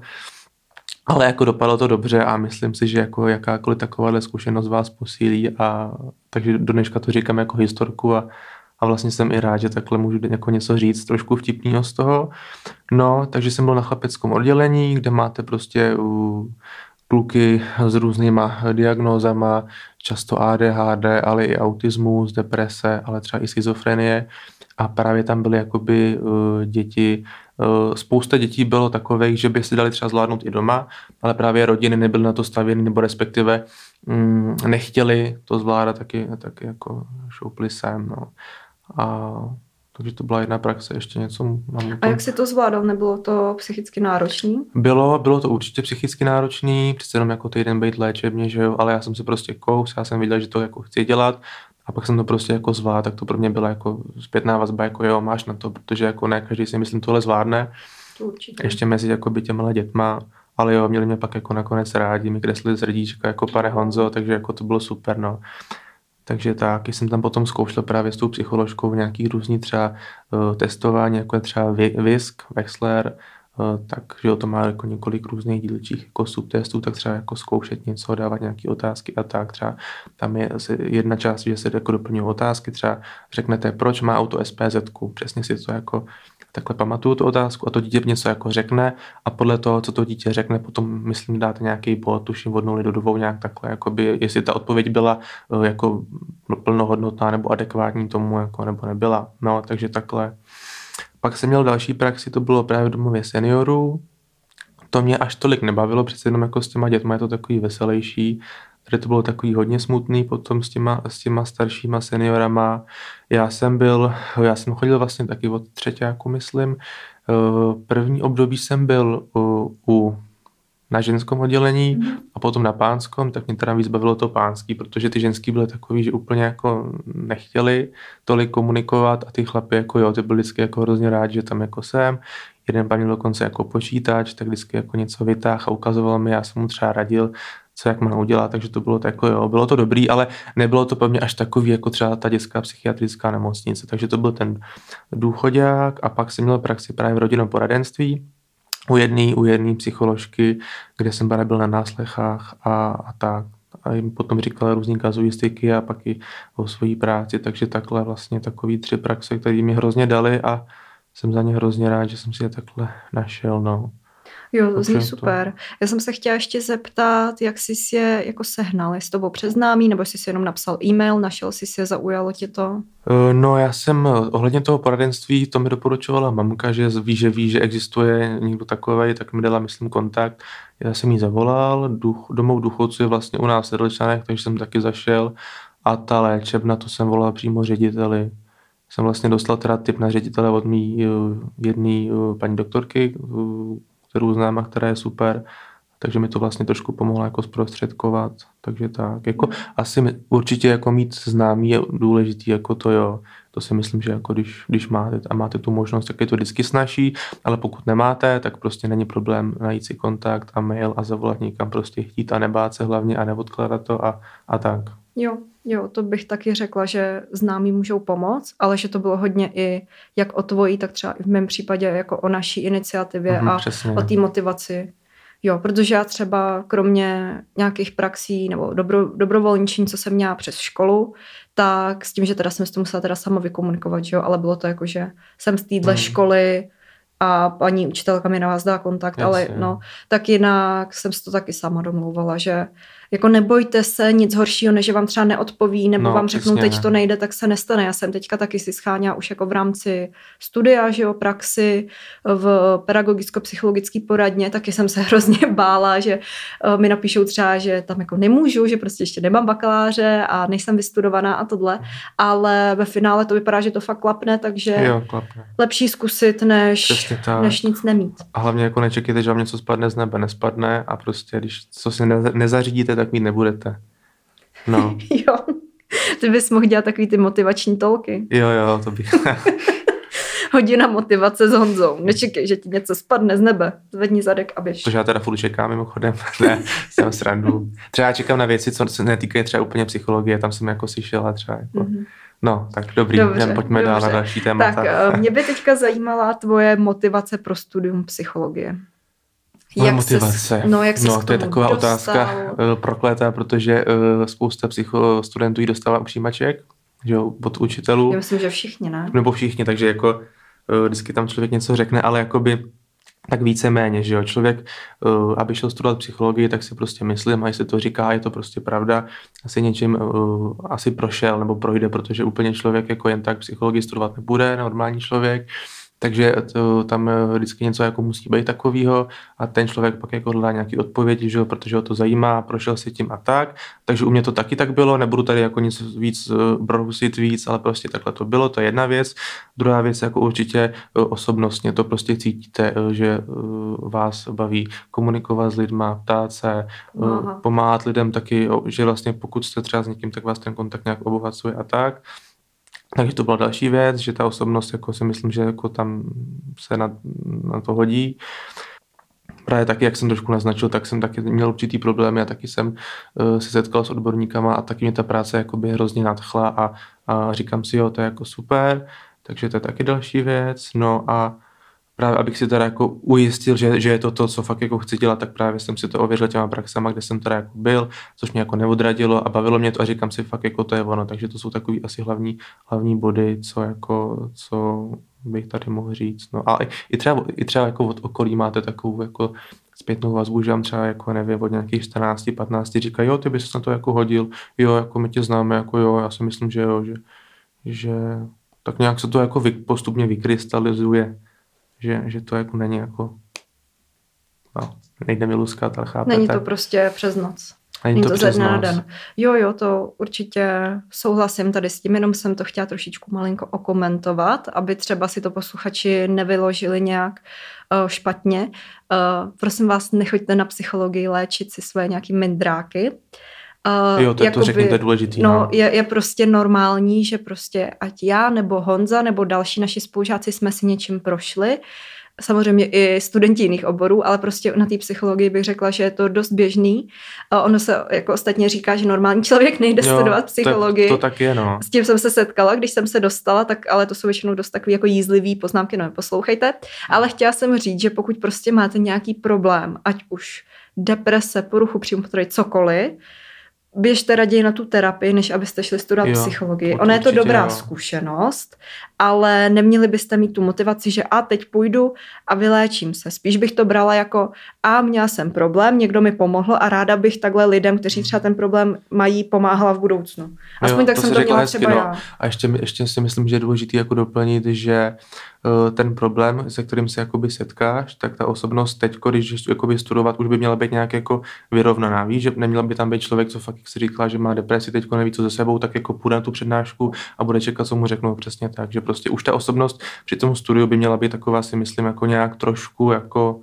ale jako dopadlo to dobře a myslím si, že jako jakákoliv takováhle zkušenost vás posílí a takže do dneška to říkám jako historku a A vlastně jsem i rád, že takhle můžu jako něco říct, trošku vtipného z toho. No, takže jsem byl na chlapeckém oddělení, kde máte prostě uh, kluky s různýma diagnózama, často A D H D, ale i autismus, deprese, ale třeba i schizofrenie. A právě tam byly jakoby uh, děti, uh, spousta dětí bylo takových, že by si dali třeba zvládnout i doma, ale právě rodiny nebyly na to stavěny, nebo respektive um, nechtěli to zvládat, taky, taky jako šoupli sem, no. A takže to byla jedna praxe, ještě něco mám. A jak si to zvládal? Nebylo to psychicky náročný? Bylo, bylo to určitě psychicky náročný, přece jenom jako týden být léčebně, že jo, ale já jsem se prostě kous, já jsem viděl, že to jako chci dělat a pak jsem to prostě jako zvládl, tak to pro mě byla jako zpětná vazba, jako jo, máš na to, protože jako ne každý si myslím tohle zvládne. To určitě. Ještě mezi jakoby těma dětma, ale jo, měli mě pak jako nakonec rádi, mi kreslili srdíčka jako pane Honzo, takže jako to bylo super, no. Takže tak, jsem tam potom zkoušel právě s tou psycholožkou nějaký různý třeba uh, testování, jako je třeba V I S K, Wechsler, uh, takže to má jako několik různých dílčích jako subtestů, tak třeba jako zkoušet něco, dávat nějaké otázky a tak. Třeba tam je jedna část, že se jako doplňují otázky, třeba řeknete, proč má auto S P Z ku, přesně si to jako takhle pamatuju tu otázku a to dítě něco jako řekne a podle toho, co to dítě řekne, potom myslím dáte nějaký bod, tuším od nuly do dvou nějak takhle, jakoby, jestli ta odpověď byla uh, jako plnohodnotná nebo adekvátní tomu, jako, nebo nebyla. No, takže takhle. Pak jsem měl další praxi, to bylo právě v domově seniorů. To mě až tolik nebavilo, přece jenom jako s těma dětma je to takový veselější. Tady to bylo takový hodně smutný potom s těma, s těma staršíma seniorama. Já jsem byl, já jsem chodil vlastně taky od třeťáku, myslím. První období jsem byl u, u na ženskom oddělení mm. a potom na pánskom, tak mě teda víc bavilo to pánský, protože ty ženský byly takový, že úplně jako nechtěli tolik komunikovat a ty chlapy jako jo, ty byli vždycky jako hrozně rádi, že tam jako jsem. Jeden pan měl dokonce jako počítač, tak vždycky jako něco vytáhl a ukazoval mi, já jsem mu třeba radil, co jak mám udělat, takže to bylo tak, jako jo, bylo to dobrý, ale nebylo to pro mě až takový, jako třeba ta dětská psychiatrická nemocnice, takže to byl ten důchodák a pak jsem měl praxi právě v rodinném poradenství u jedné u jedné psycholožky, kde jsem právě byl na náslechách a, a tak. A jim potom říkala různý kazuistiky a pak i o svojí práci, takže takhle vlastně takový tři praxe, které mi hrozně dali a jsem za ně hrozně rád, že jsem si je takhle našel, no. Jo, to zní super. Já jsem se chtěla ještě zeptat, jak jsi si je jako sehnal, jestli to bylo přes známý, nebo jsi si jenom napsal e-mail, našel jsi si je, zaujalo tě to? No já jsem ohledně toho poradenství, to mi doporučovala mamka, že ví, že ví, že existuje někdo takovej, tak mi dala, myslím, kontakt. Já jsem jí zavolal, duch, domov důchodců je vlastně u nás v Sedlčanech, takže jsem taky zašel a ta léčebna, to jsem volal přímo řediteli. Jsem vlastně dostal teda tip na ředitele od mý jedné paní doktorky, kterou znám a která je super, takže mi to vlastně trošku pomohlo jako zprostředkovat, takže tak, jako mm. asi určitě jako mít známý je důležitý, jako to jo, to si myslím, že jako když, když máte a máte tu možnost, tak je to vždycky snaží, ale pokud nemáte, tak prostě není problém najít si kontakt a mail a zavolat někam, prostě chtít a nebát se hlavně a neodkládat to a, a tak. Jo, jo, to bych taky řekla, že známí můžou pomoct, ale že to bylo hodně i jak o tvojí, tak třeba i v mém případě jako o naší iniciativě mm, a přesně. O té motivaci. Jo, protože já třeba kromě nějakých praxí nebo dobro, dobrovolničení, co jsem měla přes školu, tak s tím, že teda jsem si to musela teda sama vykomunikovat, že jo, ale bylo to jako, že jsem z téhle mm. školy a paní učitelka mi na vás dá kontakt, jasně. Ale no, tak jinak jsem si to taky sama domlouvala, že Jako nebojte se nic horšího, než že vám třeba neodpoví, nebo no, vám řeknou, přesně, teď ne. to nejde, tak se nestane. Já jsem teďka taky si scháněla už jako v rámci studia, že jo, praxi v pedagogicko-psychologické poradně, taky jsem se hrozně bála, že mi napíšou třeba, že tam jako nemůžu, že prostě ještě nemám bakaláře a nejsem vystudovaná a tohle, ale ve finále to vypadá, že to fakt klapne, takže jo, klapne. Lepší zkusit, než, než nic nemít. A hlavně jako nečekejte, že vám něco spadne z nebe, nespadne a prostě, když co si ne, nezařídíte, tak mít nebudete. No. Jo, ty bys mohl dělat takový ty motivační tolky. Jo, jo, to bych. Hodina motivace s Honzou. Nečekej, že ti něco spadne z nebe. Zvedni zadek a běž. Protože já teda furt čekám mimochodem. Ne, jsem srandu. Třeba já čekám na věci, co se netýkají třeba úplně psychologie, tam jsem jako slyšela třeba jako... Mm-hmm. No, tak dobrý, dobře, jdem, pojďme dobře. dál na další témata. Tak, mě by teďka zajímala tvoje motivace pro studium psychologie. Moje jak motivace. Ses, no, jak no to je taková dostal? otázka uh, prokletá, protože uh, spousta psycho studentů jí dostává přijímaček, že jo, od učitelů. Já myslím, že všichni, ne? Nebo všichni, takže jako uh, vždycky tam člověk něco řekne, ale jakoby tak víceméně, že jo, člověk, uh, aby šel studovat psychologii, tak si prostě myslím, a jestli to říká, je to prostě pravda, asi něčím uh, asi prošel nebo projde, protože úplně člověk jako jen tak psychologii studovat nebude, normální člověk, takže to, tam vždycky něco jako musí být takového a ten člověk pak jako hledá nějaké odpovědi, že jo, protože ho to zajímá, prošel si tím a tak. Takže u mě to taky tak bylo, nebudu tady jako nic víc brousit víc, ale prostě takhle to bylo, to je jedna věc. Druhá věc jako určitě osobnostně, to prostě cítíte, že vás baví komunikovat s lidma, ptát se, Aha. pomáhat lidem taky, že vlastně pokud jste třeba s někým, tak vás ten kontakt nějak obohacuje a tak. Takže to byla další věc, že ta osobnost, jako si myslím, že jako tam se na, na to hodí. Právě taky, jak jsem trošku naznačil, tak jsem taky měl určitý problémy a taky jsem uh, se setkal s odborníkama a taky mě ta práce jakoby hrozně nadchla a, a říkám si, jo, to je jako super, takže to je taky další věc. No a právě abych si teda jako ujistil, že, že je to to, co fakt jako chci dělat, tak právě jsem si to ověřil těma praxama, kde jsem teda jako byl, což mě jako neodradilo a bavilo mě to a říkám si fakt jako to je ono, takže to jsou takový asi hlavní, hlavní body, co jako, co bych tady mohl říct. No a i, i třeba, i třeba jako od okolí máte takovou jako zpětnou vazbu, že vám třeba jako nevím, od nějakých čtrnáct patnáct říkají, jo, ty bys se na to jako hodil, jo, jako my tě známe, jako jo, já si myslím, že jo, že, že tak nějak se to jako vy, postupně vykrystalizuje. Že, že to jako není jako, no, nejde mi luskat, ale chápete. Není to prostě přes noc. Není, není to, to přes ze dne na noc. den. Jo, jo, to určitě souhlasím tady s tím, jenom jsem to chtěla trošičku malinko okomentovat, aby třeba si to posluchači nevyložili nějak uh, špatně. Uh, prosím vás, nechoďte na psychologii léčit si svoje nějaký mindráky. Uh, jo, to, to řekněte důležitý. No, no. Je, je prostě normální, že prostě ať já nebo Honza nebo další naši spolužáci jsme si něčím prošli. Samozřejmě i studenti jiných oborů, ale prostě na té psychologii bych řekla, že je to dost běžný. A ono se jako ostatně říká, že normální člověk nejde jo, studovat psychologii. To, to tak je, no. S tím jsem se setkala, když jsem se dostala, tak ale to jsou většinou dost takový jako jízlivý poznámky, no poslouchejte. Ale chtěla jsem říct, že pokud prostě máte nějaký problém, ať už deprese, poruchu příjmu potravy, cokoliv, běžte raději na tu terapii, než abyste šli studovat jo, psychologii. Ona je to dobrá jo. zkušenost, ale neměli byste mít tu motivaci, že a teď půjdu a vyléčím se. Spíš bych to brala jako a měla jsem problém, někdo mi pomohl a ráda bych takhle lidem, kteří třeba ten problém mají, pomáhala v budoucnu. Aspoň jo, tak to jsem to měla hezky, třeba no. já. A ještě, ještě si myslím, že je důležité jako doplnit, že ten problém, se kterým se jakoby setkáš, tak ta osobnost teď, když jakoby studovat, už by měla být nějak jako vyrovnaná. Víš, že neměla by tam být člověk, co fakt jak si říkala, že má depresi, teď neví co ze sebou, tak jako půjde na tu přednášku a bude čekat, co mu řeknou přesně tak, že prostě už ta osobnost při tom studiu by měla být taková, si myslím, jako nějak trošku jako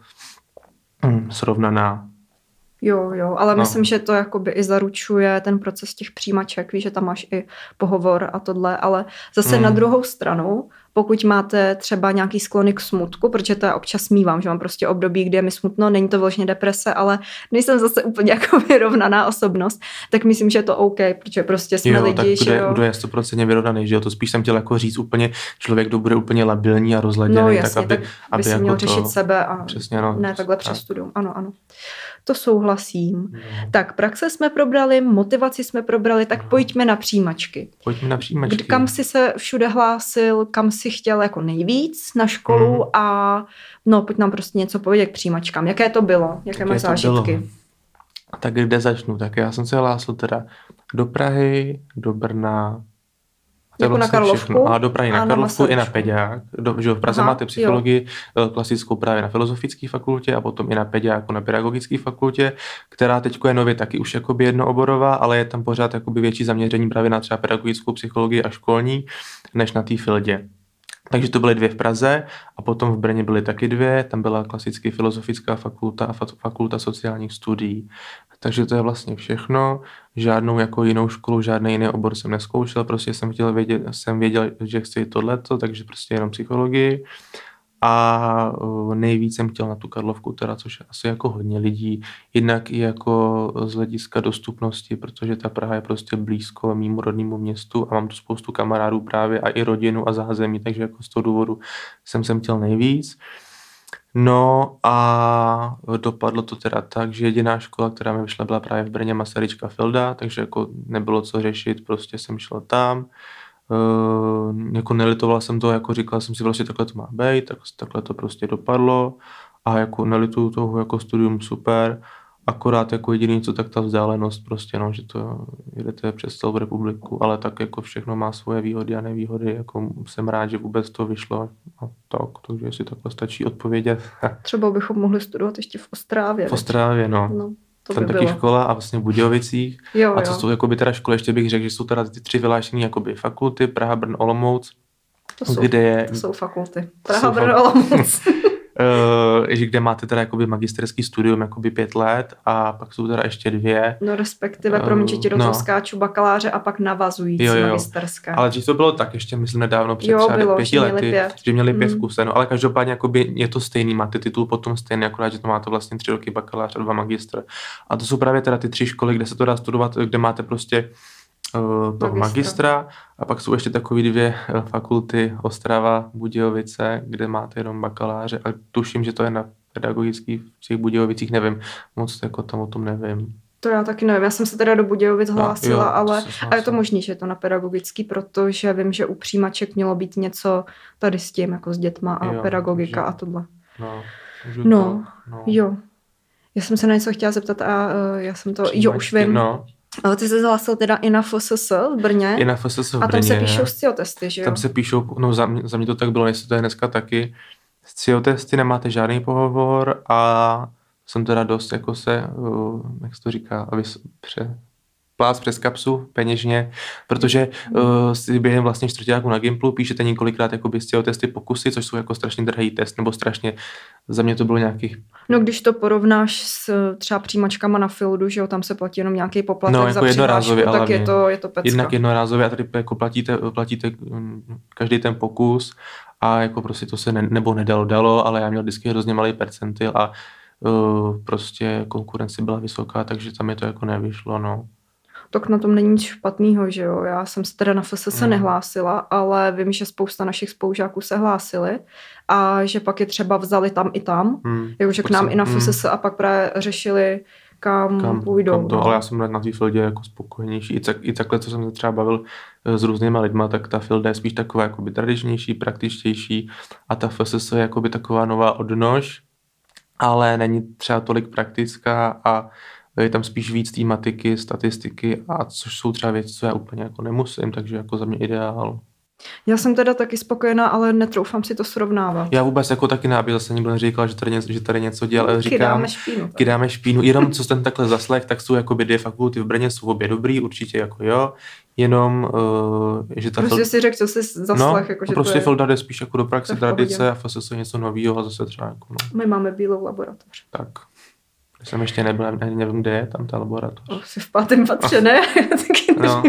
hm, srovnaná. Jo, jo, ale no. myslím, že to jakoby i zaručuje ten proces těch přijímaček, víš, že tam máš i pohovor a tohle, ale zase mm. na druhou stranu, pokud máte třeba nějaký sklony k smutku, protože to já občas mívám, že mám prostě období, kdy je mi smutno, není to vložně deprese, ale nejsem zase úplně jako vyrovnaná osobnost, tak myslím, že je to OK, protože prostě jsme jo, lidi, tak že jo. Kdo je sto procent vyrovnaný, že jo, to spíš jsem chtěl jako říct úplně člověk, kdo bude úplně labilní a rozladěný, no, jasně, tak aby, tak by aby si jako měl to, řešit sebe a přesně, no, ne takhle přes studium, ano, ano. To souhlasím. No. Tak praxe jsme probrali, motivaci jsme probrali, tak no. pojďme na přijímačky. Pojďme na přijímačky. Kam jsi se všude hlásil, kam jsi chtěl jako nejvíc na školu mm. a no pojď nám prostě něco povědět k přijímačkám. Jaké to bylo? Jaké máš zážitky? Tak kde začnu? Tak já jsem se hlásil teda do Prahy, do Brna, jako na Karlovku? A do Prahy na, na Karlovku i na Peďák. Do, že v Praze Aha, máte psychologii jo. klasickou právě na filozofické fakultě a potom i na Peďáku na pedagogické fakultě, která teď je nově taky už jakoby jednooborová, ale je tam pořád jakoby větší zaměření právě na třeba pedagogickou psychologii a školní, než na té fildě. Takže to byly dvě v Praze a potom v Brně byly taky dvě, tam byla klasicky filozofická fakulta a fakulta sociálních studií. Takže to je vlastně všechno, žádnou jako jinou školu, žádný jiný obor jsem nezkoušel, prostě jsem chtěl vědět, jsem věděl, že chci tohleto, takže prostě jenom psychologii. A nejvíc jsem chtěl na tu Karlovku, teda, což je asi jako hodně lidí, jednak i jako z hlediska dostupnosti, protože ta Praha je prostě blízko mému rodnému městu a mám tu spoustu kamarádů právě a i rodinu a zázemí, takže jako z toho důvodu jsem sem chtěl nejvíc. No a dopadlo to teda tak, že jediná škola, která mi vyšla, byla právě v Brně Masaryčka Filda, takže jako nebylo co řešit, prostě jsem šel tam. Uh, jako nelitoval jsem to, jako říkal jsem si prostě takhle to má být, tak, takhle to prostě dopadlo a jako nelituju toho jako studium super, akorát jako jediný co tak ta vzdálenost prostě, no, že to jedete přes celou republiku, ale tak jako všechno má svoje výhody a nevýhody, jako jsem rád, že vůbec to vyšlo a tak, takže jestli takhle stačí odpovědět. Třeba bychom mohli studovat ještě v Ostravě. V Ostravě, no. no. To tam by taky bylo. škola a vlastně v Budějovicích. Jo, a co jo. jsou jakoby teda školy, ještě bych řekl, že jsou teda ty tři vyhlášené jakoby fakulty, Praha, Brno, Olomouc, to jsou, kde je... To jsou fakulty. Praha, Brno, Olomouc. Uh, kde máte teda jakoby magisterský studium jakoby pět let a pak jsou teda ještě dvě. No respektive, uh, promiň, že ti do toho no. skáču bakaláře a pak navazující jo, jo. magisterské. Ale dřív to bylo tak, ještě myslím nedávno před jo, třeba bylo, pěti lety, pět. že měli pět mm. v kuse, no ale každopádně jakoby je to stejný, máte titul potom stejný, akorát, že to máte vlastně tři roky bakalář a dva magistr. A to jsou právě teda ty tři školy, kde se to dá studovat, kde máte prostě uh, toho magistra. magistra a pak jsou ještě takové dvě uh, fakulty Ostrava, Budějovice, kde máte jenom bakaláře a tuším, že to je na pedagogický v těch Budějovicích, nevím, moc jako tam o tom nevím. To já taky nevím, já jsem se teda do Budějovic hlásila, no, jo, ale a je to možný, že je to na pedagogický, protože vím, že u přijímaček mělo být něco tady s tím, jako s dětma a jo, pedagogika že, a tohle. No, no, no, jo. Já jsem se na něco chtěla zeptat a uh, já jsem to, jo, už vím. No. Ale ty jsi zhlásil teda i na F S S v Brně. I na F S S v Brně. A tam se píšou sciotesty, že jo? Tam se píšou, no za mě, za mě to tak bylo, jestli to je dneska taky. Sciotesty nemáte žádný pohovor a jsem teda dost jako se, uh, jak se to říká, aby pře, plác přes kapsu peněžně, protože uh, si během vlastně čtvrťáku na Gimplu píšete několikrát jakoby sciotesty pokusy, což jsou jako strašně drahý test, nebo strašně, za mě to bylo nějakých... No když to porovnáš s třeba přijímačkama na Fildu, že jo, tam se platí jenom nějaký poplatek no, jako za přihlášku, tak je to, je to pecka. Jednak jednorázově a tady jako platíte, platíte každý ten pokus a jako prostě to se ne, nebo nedalo, dalo, ale já měl vždycky hrozně malý percentil a uh, prostě konkurence byla vysoká, takže tam je to jako nevyšlo, no. Tak na tom není nic špatného, že jo. Já jsem se teda na F S S hmm. nehlásila, ale vím, že spousta našich spolužáků se hlásili a že pak je třeba vzali tam i tam, hmm. jakože k nám jsem, i na F S S hmm. a pak právě řešili, kam, kam půjdou. Kam to, no. Ale já jsem na té Fildě jako spokojenější. I, tak, I takhle, co jsem se třeba bavil s různýma lidma, tak ta Filda je spíš taková jakoby tradičnější, praktičtější a ta F S S je jakoby taková nová odnož, ale není třeba tolik praktická a je tam spíš víc té matiky, statistiky, a což jsou třeba věci, co já úplně jako nemusím, takže jako za mě ideál. Já jsem teda taky spokojená, ale netroufám si to srovnávat. Já vůbec jako taky ne, aby zase nikdo neříkal, že tady něco, že tady něco dělá. Říkám, kydáme špínu. Tak. Kydáme špínu. Jenom co jsem takhle zaslech, tak jsou jakoby dvě fakulty v Brně, jsou obě dobrý, určitě jako jo. Jenom, uh, že ta... Prostě Fil... si řekl, co jsi zaslech. No, jako, že prostě to je... Filda jde spíš jako do praxe, tradice a F S S je něco novýho a zase třeba jako no. My máme bílou laboratoř. Tak. Já jsem ještě nebyl, nevím, kde je tam ta laboratoř. Oh, jsi v pátém patře, ne? No.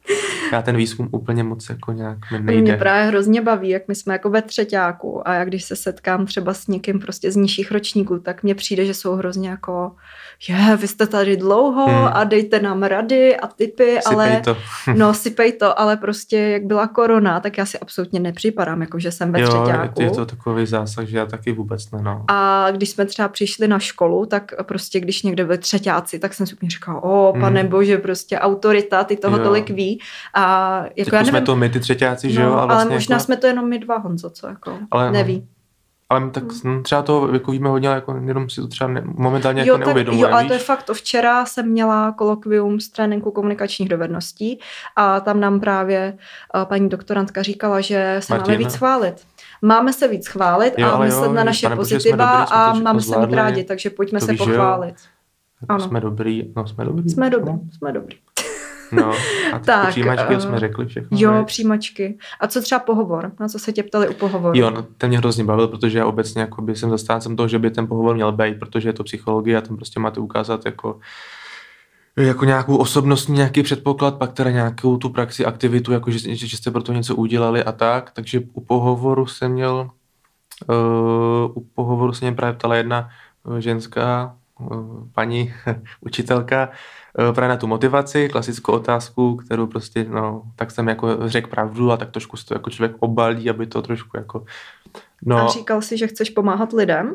Já ten výzkum úplně moc jako nějak mi nejde. Mě právě hrozně baví, jak my jsme jako ve třeťáku a jak když se setkám třeba s někým prostě z nižších ročníků, tak mně přijde, že jsou hrozně jako je, vy jste tady dlouho hmm. a dejte nám rady a tipy, sypej ale to. no sypej to, ale prostě jak byla korona, tak já si absolutně nepřipadám, jako že jsem ve třeťáku. Jo, je to takový zásah, že já taky vůbec ne, no. A když jsme třeba přišli na školu, tak prostě když někde byli třeťáci, tak jsem si úplně říkala, o pane hmm. bože, prostě autorita, ty toho jo. tolik ví. A jako teď já nevím, jsme to my ty třeťáci, že no, jo? Ale, vlastně ale možná jako... jsme to jenom my dva, Honzo, co jako ale, neví. Ale tak hmm. třeba to jako víme hodně, ale jako jenom si to třeba ne, momentálně jo, jako neuvědomujeme. Jo, ale to je fakt, to včera jsem měla kolokvium z tréninku komunikačních dovedností a tam nám právě uh, paní doktorantka říkala, že se Martina. máme víc chválit. Máme se víc chválit jo, a myslet jo, na naše pane, pozitiva dobrý, a máme se mít rádi, takže pojďme to se víš, pochválit. Ano. Jsme dobrý, no jsme dobrý. Jsme dobrý, no. jsme dobrý. No, a tak, přijímačky uh, jsme řekli všechno. Jo, ne? přijímačky. A co třeba pohovor? Na co se tě ptali u pohovoru? Jo, no, ten mě hrozně bavil, protože já obecně jakoby jsem zastáncem toho, že by ten pohovor měl být, protože je to psychologie a tam prostě máte ukázat jako jako nějakou osobnostní nějaký předpoklad, pak teda nějakou tu praxi, aktivitu, jako že, že jste pro to něco udělali a tak. Takže u pohovoru jsem měl uh, u pohovoru se mě právě ptala jedna ženská uh, paní učitelka uh, právě na tu motivaci, klasickou otázku, kterou prostě, no, tak jsem jako řekl pravdu a tak trošku se to jako člověk obalí, aby to trošku jako, no. A říkal jsi, že chceš pomáhat lidem?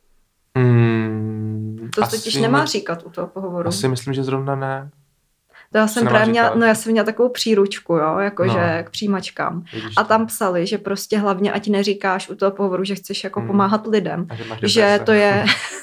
Hmm, to totiž nemá ne, říkat u toho pohovoru. Asi myslím, že zrovna ne. To já jsem právě měla, no já jsem měla takovou příručku, jo, jakože no. k přijímačkám. A tam psali, že prostě hlavně ať neříkáš u toho pohovoru, že chceš jako hmm. pomáhat lidem. Že, že to je...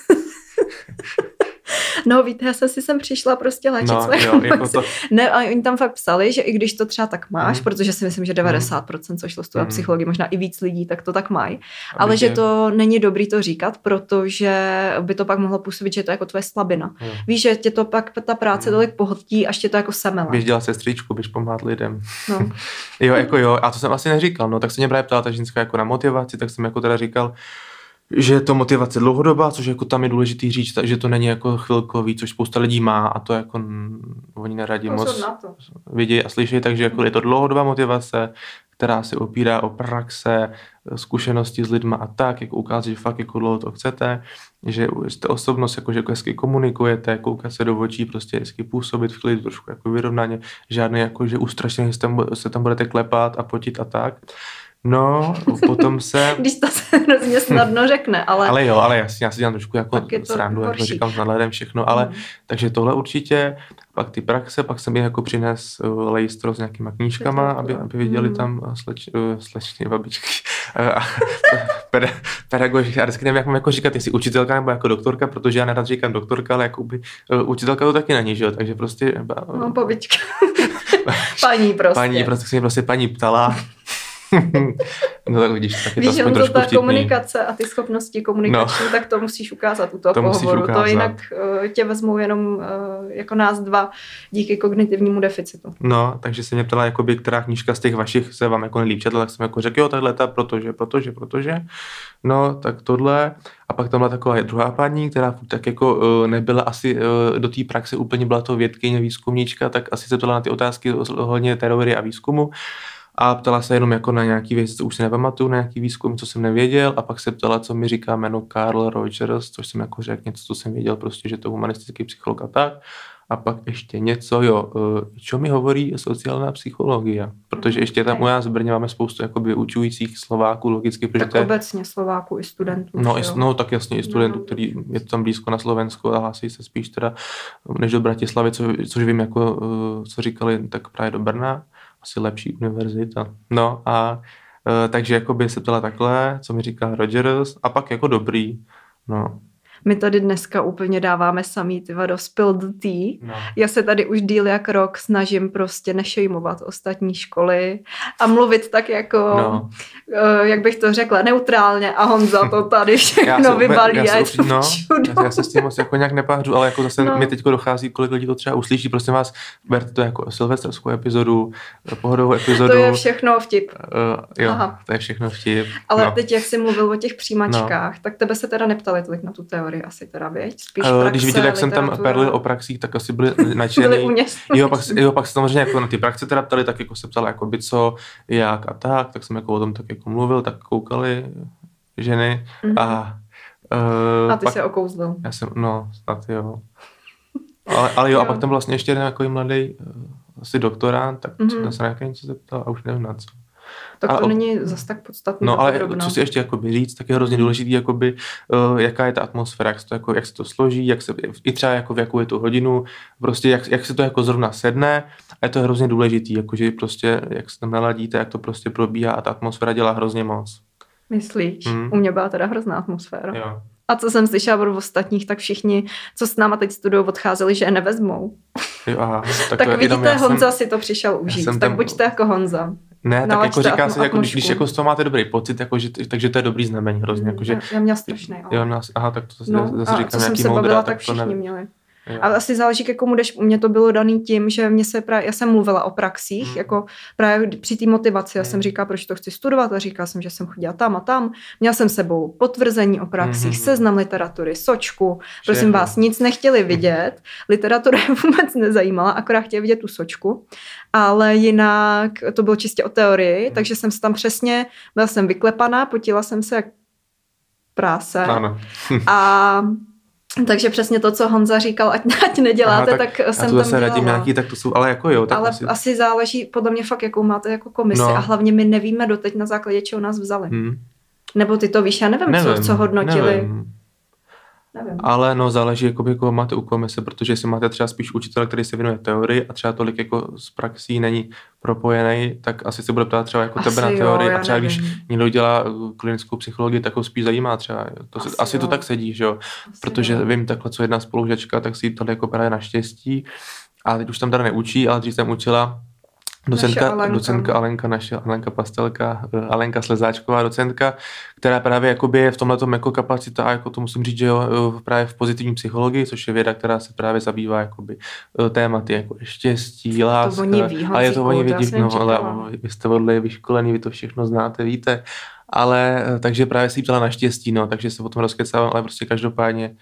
No víte, já jsem si sem přišla prostě léčit no, své jo, jako to... Ne, a oni tam fakt psali, že i když to třeba tak máš, mm. protože si myslím, že devadesát procent co šlo z toho mm. psychologie, možná i víc lidí, tak to tak mají, ale že je... to není dobrý to říkat, protože by to pak mohlo působit, že je to jako tvoje slabina. Mm. Víš, že tě to pak ta práce mm. tolik pohodtí, až tě to jako semele. Běž dělat sestřičku, běž pomáhat lidem. No. jo, jako jo, a to jsem asi neříkal, no, tak se mě právě ptala ta ženská jako na motivaci, tak jsem jako teda říkal, že je to motivace dlouhodobá, což jako tam je důležitý říct, že to není jako chvilkový, což spousta lidí má a to jako oni neradí moc vidějí a slyší, takže jako je to dlouhodobá motivace, která se opírá o praxe, zkušenosti s lidma a tak, jako ukázat, že fakt jako dlouho to chcete, že jste osobnost, jako, že jako hezky komunikujete, koukat se do očí, prostě hezky působit v klidu, trošku jako vyrovnaně, žádný jako, že ustrašeně se tam, se tam budete klepat a potit a tak. No, potom se... Když to se hrozně snadno řekne, ale... Ale jo, ale jasně, já si dělám trošku jako srandu, jako říkám s nadhledem všechno, ale mm. takže tohle určitě, pak ty praxe, pak jsem je jako přines uh, lejstro s nějakýma knížkama, aby, aby viděli mm. tam uh, sleč, uh, slečny, babičky, uh, peda, pedagoži, já vždycky nevím, jak mám jako říkat, jestli učitelka nebo jako doktorka, protože já nerad říkám doktorka, ale jako by, uh, učitelka to taky není, že jo, takže prostě... Uh, no, babička. Paní prostě. Paní, prostě se mě prostě paní ptala. No tak vidíš, tak je víš, to aspoň trošku ta vtipný. Komunikace a ty schopnosti komunikační, no. tak to musíš ukázat u toho to pohovoru. To jinak uh, tě vezmou jenom uh, jako nás dva díky kognitivnímu deficitu. No, takže se mě ptala, jakoby, která knížka z těch vašich se vám jako nejlíp četla, tak jsem jako řekl, jo, tahle ta, protože, protože, protože. No, tak tohle. A pak tam byla taková druhá paní, která tak jako uh, nebyla asi uh, do té praxe úplně, byla to vědkyně, výzkumníčka, tak asi se ptala na ty otázky ohledně teorie a výzkumu. A ptala se jenom jako na nějaký věc, co už si nepamatuju, na nějaký výzkum, co jsem nevěděl, a pak se ptala, co mi říká jméno Carl Rogers, což jsem jako řekl něco, co jsem věděl, prostě, že to je humanistický psycholog a tak. A pak ještě něco, jo, čo mi hovorí sociální psychologie, protože ještě tam u nás v Brně máme spoustu jakoby učujících Slováků, logicky. Tak to... obecně Slováků i studentů. No, i, no tak jasně i studentů, no. který je to tam blízko na Slovensku a hlásí se spíš teda než do Bratislavy, co, což vím, jako, co říkali, tak právě do Brna. Asi lepší univerzita. No a e, takže jakoby se ptala takhle, co mi říká Rogers, a pak jako dobrý. No. My tady dneska úplně dáváme samý tyva do spilled tea. No. Já se tady už díl jak rok snažím prostě nešejmovat ostatní školy a mluvit tak jako, no. uh, jak bych to řekla, neutrálně, a Honza to tady všechno vybalí a je to no, já, já se s tím moc jako nějak nepáhřu, ale jako zase no. mi teď dochází, kolik lidí to třeba uslyší, prostě vás, berte to jako silvestrskou epizodu, pohodovou epizodu. To je všechno vtip. Uh, jo, Aha. to je všechno vtip. Ale no. teď, jak jsi mluvil o těch přijímačkách, no. tak tebe se teda neptali tolik na tu teorii asi teda, věď? Spíš praxe, když viděli, jak jsem tam perlil o praxích, tak asi byli nadšený. jo, pak, jo, pak se samozřejmě jako na ty praxe teda ptali, tak jako se ptala jako by co, jak a tak, tak jsem jako o tom tak jako mluvil, tak koukali ženy mm-hmm. a uh, a ty pak, se okouzlil. Já jsem, no, snad jo. Ale, ale jo, jo, a pak tam vlastně ještě jeden jako mladý uh, asi doktorant, tak mm-hmm. se na jaké něco zeptal a už nevím na co. Tak to a, není zas tak podstatné. No ale podrobno. Co si ještě jakoby říct, tak je hrozně důležitý, jakoby, uh, jaká je ta atmosféra, jak se to, jako, jak se to složí, jak se, i třeba jako v jakou je tu hodinu, prostě jak, jak se to jako zrovna sedne, a je to hrozně důležitý, jakože prostě jak se tam naladíte, jak to prostě probíhá, a ta atmosféra dělá hrozně moc. Myslíš? Hmm. U mě byla teda hrozná atmosféra. Jo. A co jsem slyšela od ostatních, tak všichni, co s náma teď studují, odcházeli, že je nevezmou. Jo, aha, tak tak to, vidíte, jsem, Honza si to přišel užít, tak tam... buďte jako Honza. Ne, tak jako říká se, jako, když jako z toho máte dobrý pocit, jako, že, takže to je dobrý znamení hrozně. Jako, že, já měla strašný. Jo, měla, aha, tak to zase, no, zase říkám, co jsem nějaký se moudrá, bavila, tak tak všichni ne... měli. Jo. Ale asi záleží, ke komu jdeš. U mě to bylo daný tím, že mě se právě, já jsem mluvila o praxích, hmm. jako právě při té motivaci. Já hmm. jsem říkala, proč to chci studovat a říkala jsem, že jsem chodila tam a tam. Měla jsem sebou potvrzení o praxích, hmm. seznam literatury, sočku. Prosím Všechno. vás, nic nechtěli vidět. Literatura je vůbec nezajímala, akorát chtěli vidět tu sočku. Ale jinak to bylo čistě o teorii, hmm. takže jsem se tam přesně, byla jsem vyklepaná, potila jsem se jak práse. Ano. a takže přesně to, co Honza říkal, ať, ať neděláte, Aha, tak, tak jsem tam dělala. Radím nějaký, tak to jsou, ale jako jo. Tak ale asi... asi záleží podle mě fakt, jakou máte jako komisi no. a hlavně my nevíme doteď na základě, čeho nás vzali. Hmm. Nebo ty to víš, já nevím, nevím co, co hodnotili. Nevím. Nevím. Ale no záleží, jakoby, koho máte u komise, protože jestli máte třeba spíš učitele, který se věnuje teorii a třeba tolik jako z praxí není propojený, tak asi se bude ptát třeba jako asi tebe na teorii jo, a třeba nevím. Když někdo dělá klinickou psychologii, tak ho spíš zajímá třeba. To asi, se, asi to tak sedí, že jo? Asi protože jo. Vím takhle, co jedna spolužačka, tak si tady jako právě naštěstí a teď už tam teda neučí, ale dřív tam učila Docentka, Alenka. docentka Alenka, naše Alenka Pastelka, Alenka Slezáčková, docentka, která právě jakoby je v tomhletom jako kapacita a jako to musím říct, že jo, právě v pozitivní psychologii, což je věda, která se právě zabývá jakoby tématy jako štěstí, láska. To oni ví, ale je to oni vědí, no, ale vy jste odle vyškolení, vy to všechno znáte, víte. Ale takže právě si ptala na štěstí, no, takže se o tom rozkecávám, ale prostě každopádně